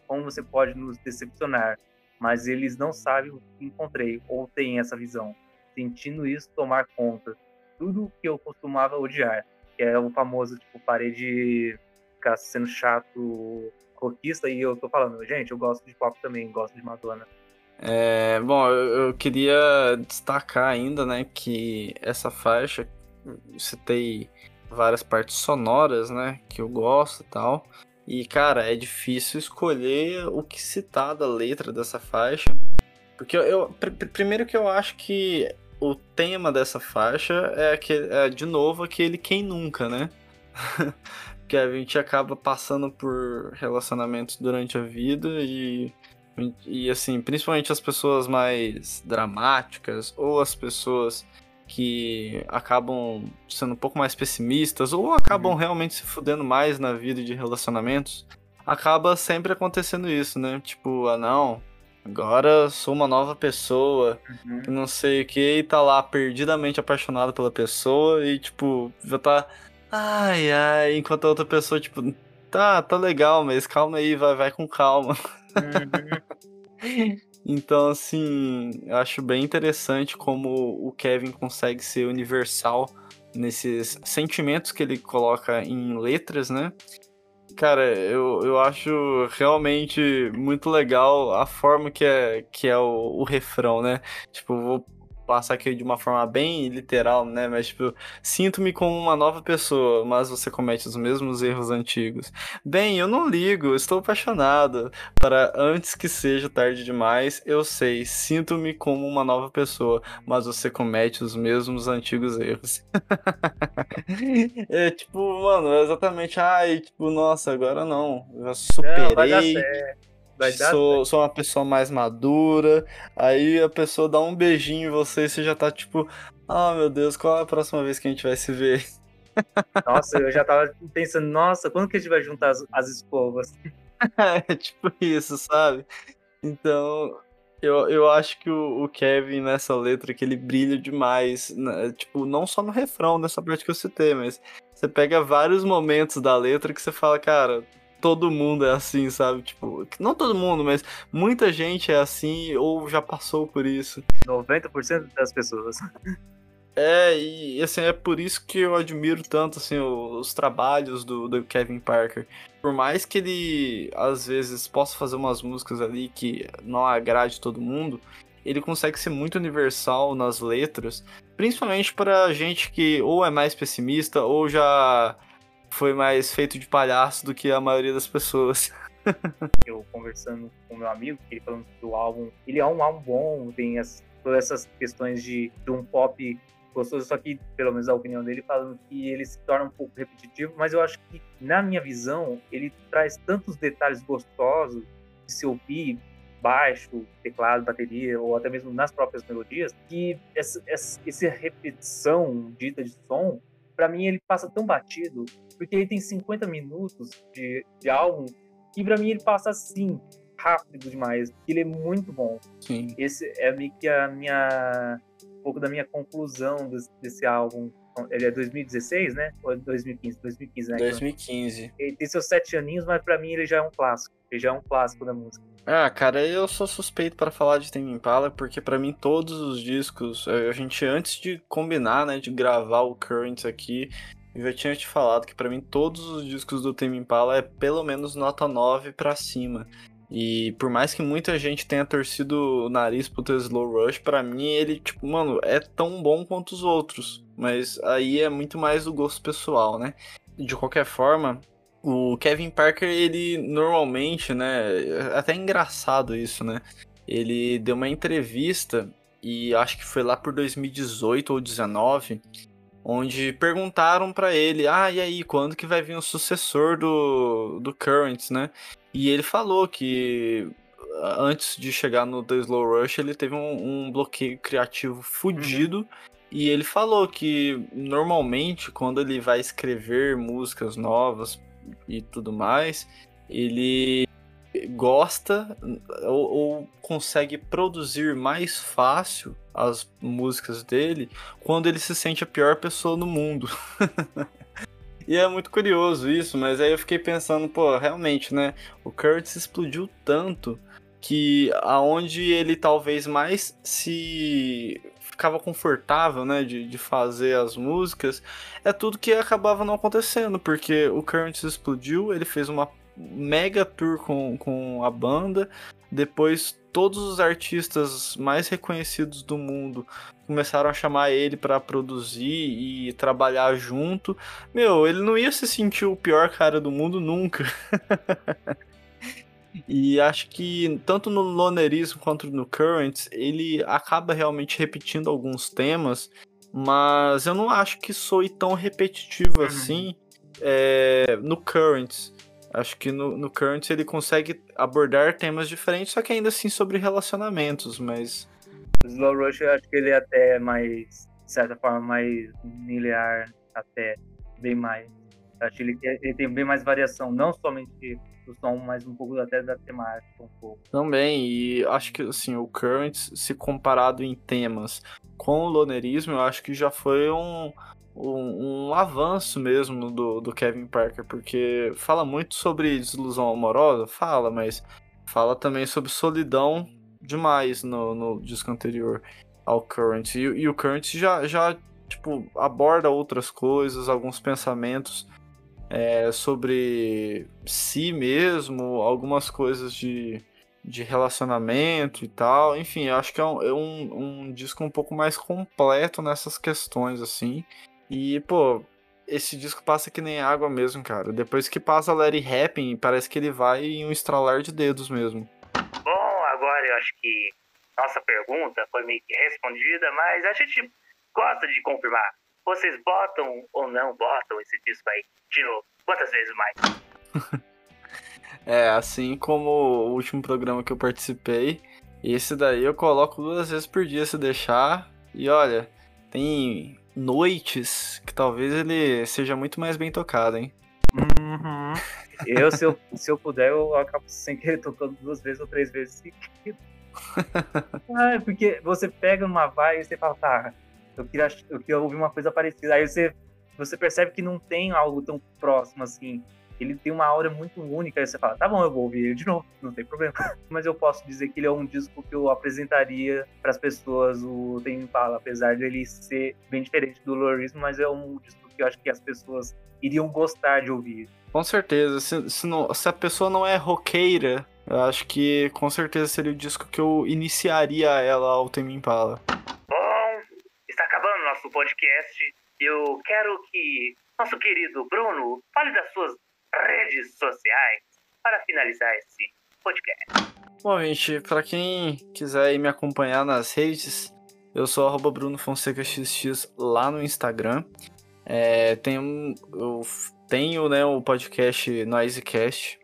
como você pode nos decepcionar, mas eles não sabem o que encontrei, ou têm essa visão, sentindo isso tomar conta. Tudo que eu costumava odiar, que é o famoso, tipo, parei de ficar sendo chato, rockista, e eu tô falando, gente, eu gosto de pop também, gosto de Madonna. É, bom, eu, eu queria destacar ainda, né, que essa faixa, citei várias partes sonoras, né, que eu gosto e tal, e, cara, é difícil escolher o que citar da letra dessa faixa, porque eu, eu pr primeiro que eu acho que o tema dessa faixa é, aquele, é de novo, aquele quem nunca, né, que a gente acaba passando por relacionamentos durante a vida e E assim, principalmente as pessoas mais dramáticas ou as pessoas que acabam sendo um pouco mais pessimistas ou acabam Uhum. realmente se fudendo mais na vida de relacionamentos, acaba sempre acontecendo isso, né? Tipo, ah não, agora sou uma nova pessoa, Uhum. que não sei o que, e tá lá perdidamente apaixonado pela pessoa e tipo, já tá ai ai, enquanto a outra pessoa, tipo, tá, tá legal, mas calma aí, vai, vai com calma. Uhum. Então, assim, eu acho bem interessante como o Kevin consegue ser universal nesses sentimentos que ele coloca em letras, né? Cara, eu, eu acho realmente muito legal a forma que é, que é o, o refrão, né? Tipo, vou passar aqui de uma forma bem literal, né? Mas, tipo, sinto-me como uma nova pessoa, mas você comete os mesmos erros antigos. Bem, eu não ligo, estou apaixonado. Para antes que seja tarde demais, eu sei, sinto-me como uma nova pessoa, mas você comete os mesmos antigos erros. É tipo, mano, é exatamente, ai, tipo, nossa, agora não, eu já Não, vai dar superei, certo, vai dar certo. sou, sou uma pessoa mais madura, aí a pessoa dá um beijinho em você e você já tá tipo, ah, meu Deus, qual é a próxima vez que a gente vai se ver? Nossa, eu já tava pensando, nossa, quando que a gente vai juntar as, as escovas? É tipo isso, sabe? Então, eu, eu acho que o, o Kevin nessa letra que ele brilha demais, né? Tipo, não só no refrão, nessa parte que eu citei, mas você pega vários momentos da letra que você fala, cara, todo mundo é assim, sabe? Tipo, não todo mundo, mas muita gente é assim ou já passou por isso. noventa por cento das pessoas. É, e assim, é por isso que eu admiro tanto assim, o- os trabalhos do, do Kevin Parker. Por mais que ele, às vezes, possa fazer umas músicas ali que não agrade todo mundo, ele consegue ser muito universal nas letras, principalmente pra gente que ou é mais pessimista ou já foi mais feito de palhaço do que a maioria das pessoas. Eu conversando com meu amigo, ele falando do álbum, ele é um álbum bom, tem as, todas essas questões de, de um pop gostoso, só que, pelo menos a opinião dele, falando que ele se torna um pouco repetitivo, mas eu acho que, na minha visão, ele traz tantos detalhes gostosos de se ouvir, baixo, teclado, bateria, ou até mesmo nas próprias melodias, que essa, essa, essa repetição dita de som, para mim ele passa tão batido, porque ele tem cinquenta minutos de, de álbum, e para mim ele passa assim, rápido demais, ele é muito bom. Sim. Esse é meio que a minha um pouco da minha conclusão desse, desse álbum. Ele é dois mil e dezesseis, né? Ou é dois mil e quinze? dois mil e quinze, né? dois mil e quinze. Ele tem seus sete aninhos, mas pra mim ele já é um clássico. Ele já é um clássico da música. Ah, cara, eu sou suspeito para falar de Tame Impala, porque para mim todos os discos, a gente antes de combinar, né, de gravar o Currents aqui, eu já tinha te falado que para mim todos os discos do Tame Impala é pelo menos nota nove pra cima. E por mais que muita gente tenha torcido o nariz pro The Slow Rush, pra mim ele, tipo, mano, é tão bom quanto os outros. Mas aí é muito mais do gosto pessoal, né? De qualquer forma, o Kevin Parker, ele normalmente, né? É até engraçado isso, né? Ele deu uma entrevista, e acho que foi lá por dois mil e dezoito ou dezenove, onde perguntaram pra ele, ah, e aí, quando que vai vir o sucessor do, do Currents, né? E ele falou que antes de chegar no The Slow Rush, ele teve um, um bloqueio criativo fudido, uhum. E ele falou que normalmente quando ele vai escrever músicas novas e tudo mais, ele gosta ou, ou consegue produzir mais fácil as músicas dele quando ele se sente a pior pessoa no mundo. E é muito curioso isso, mas aí eu fiquei pensando, pô, realmente, né? O Curtis explodiu tanto que aonde ele talvez mais se ficava confortável, né, de, de fazer as músicas, é tudo que acabava não acontecendo, porque o Curtis explodiu, ele fez uma mega tour com, com a banda, depois todos os artistas mais reconhecidos do mundo começaram a chamar ele para produzir e trabalhar junto. Meu, ele não ia se sentir o pior cara do mundo nunca. E acho que tanto no Lonerismo quanto no Currents, ele acaba realmente repetindo alguns temas, mas eu não acho que soe tão repetitivo Uhum. assim é, no Currents. Acho que no, no Currents ele consegue abordar temas diferentes, só que ainda assim sobre relacionamentos, mas... O Slow Rush eu acho que ele é até mais, de certa forma, mais linear, até bem mais. Eu acho que ele, ele tem bem mais variação, não somente do som, mas um pouco até da temática, um pouco. Também, e acho que assim, o Currents, se comparado em temas com o Lonerismo, eu acho que já foi um, um, um avanço mesmo do, do Kevin Parker, porque fala muito sobre desilusão amorosa, fala, mas fala também sobre solidão demais no, no disco anterior ao Currents. E, e o Currents já, já tipo, aborda outras coisas, alguns pensamentos é, sobre si mesmo, algumas coisas de, de relacionamento e tal. Enfim, eu acho que é, um, é um, um disco um pouco mais completo nessas questões, assim. E, pô, esse disco passa que nem água mesmo, cara. Depois que passa Let It Happen, parece que ele vai em um estralar de dedos mesmo. Bom, agora eu acho que nossa pergunta foi meio que respondida, mas a gente gosta de confirmar. Vocês botam ou não botam esse disco aí de novo? Quantas vezes mais? É, assim como o último programa que eu participei, esse daí eu coloco duas vezes por dia se deixar. E olha, tem noites que talvez ele seja muito mais bem tocado, hein? Uhum. Eu, se eu, se eu puder, eu acabo sem querer tocando duas vezes ou três vezes seguidas. Ah, porque você pega uma vibe e você fala, tá, eu queria, eu queria ouvir uma coisa parecida. Aí você, você percebe que não tem algo tão próximo assim. Ele tem uma aura muito única. Aí você fala, tá bom, eu vou ouvir ele de novo, não tem problema. Mas eu posso dizer que ele é um disco que eu apresentaria para as pessoas, o Tame Impala, apesar de ele ser bem diferente do Lorismo, mas é um disco que eu acho que as pessoas iriam gostar de ouvir. Com certeza, se, se, não, se a pessoa não é roqueira, eu acho que com certeza seria o disco que eu iniciaria ela ao Tame Impala. Bom, está acabando nosso podcast. Eu quero que nosso querido Bruno fale das suas redes sociais para finalizar esse podcast. Bom, gente, para quem quiser ir me acompanhar nas redes, eu sou arroba Bruno Fonseca X X lá no Instagram. É, tenho, eu tenho né, o podcast Noisecast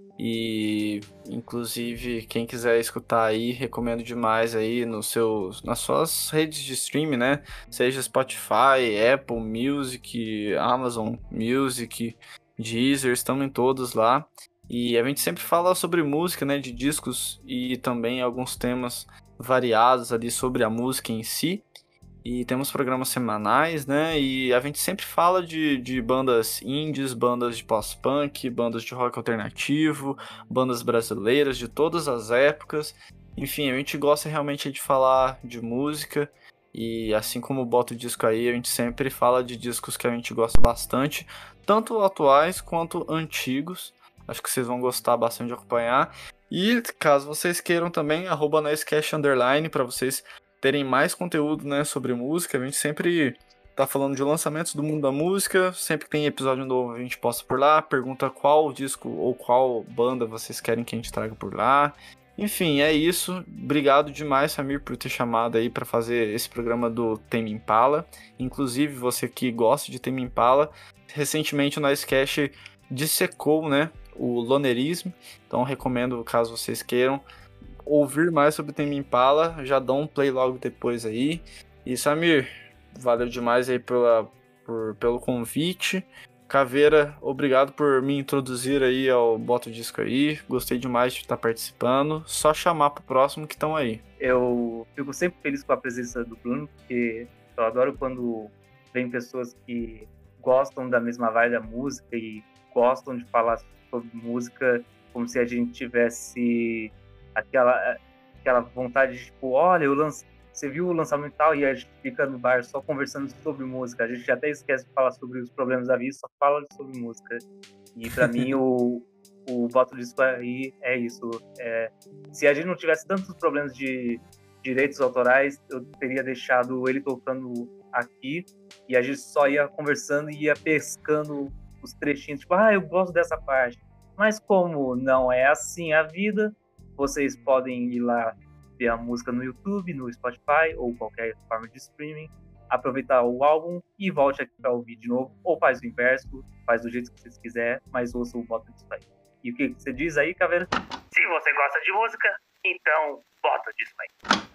e inclusive quem quiser escutar aí, recomendo demais aí nos seus, nas suas redes de streaming, né? Seja Spotify, Apple Music, Amazon Music, Deezer, estamos em todos lá. E a gente sempre fala sobre música, né, de discos e também alguns temas variados ali sobre a música em si. E temos programas semanais, né? E a gente sempre fala de, de bandas indies, bandas de pós-punk, bandas de rock alternativo, bandas brasileiras de todas as épocas. Enfim, a gente gosta realmente de falar de música. E assim como bota o disco aí, a gente sempre fala de discos que a gente gosta bastante, tanto atuais quanto antigos. Acho que vocês vão gostar bastante de acompanhar. E caso vocês queiram também, arroba noisecast underline para vocês terem mais conteúdo, né, sobre música. A gente sempre tá falando de lançamentos do mundo da música, sempre que tem episódio novo a gente posta por lá, pergunta qual disco ou qual banda vocês querem que a gente traga por lá. Enfim, é isso. Obrigado demais, Samir, por ter chamado aí para fazer esse programa do Tame Impala. Inclusive, você que gosta de Tame Impala, recentemente o Noisecast dissecou, né, o Lonerismo, então recomendo, caso vocês queiram ouvir mais sobre Tame Impala, já dá um play logo depois aí. E Samir, valeu demais aí pela, por, pelo convite. Caveira, obrigado por me introduzir aí ao Bota o Disco aí. Gostei demais de estar participando. Só chamar pro próximo que estão aí. Eu fico sempre feliz com a presença do Bruno, porque eu adoro quando vem pessoas que gostam da mesma vibe da música e gostam de falar sobre música como se a gente tivesse aquela, aquela vontade de, tipo, olha, eu lance, você viu o lançamento e tal, e a gente fica no bar só conversando sobre música. A gente até esquece de falar sobre os problemas da vida, só fala sobre música. E pra mim, o, o voto disso aí é isso. É, se a gente não tivesse tantos problemas de direitos autorais, eu teria deixado ele tocando aqui, e a gente só ia conversando e ia pescando os trechinhos, tipo, ah, eu gosto dessa parte. Mas como não é assim a vida, vocês podem ir lá ver a música no YouTube, no Spotify ou qualquer forma de streaming, aproveitar o álbum e volte aqui para ouvir de novo, ou faz o inverso, faz do jeito que vocês quiserem, mas ouça o Bota Disso Aí. E o que você diz aí, Caveira? Se você gosta de música, então bota disso aí.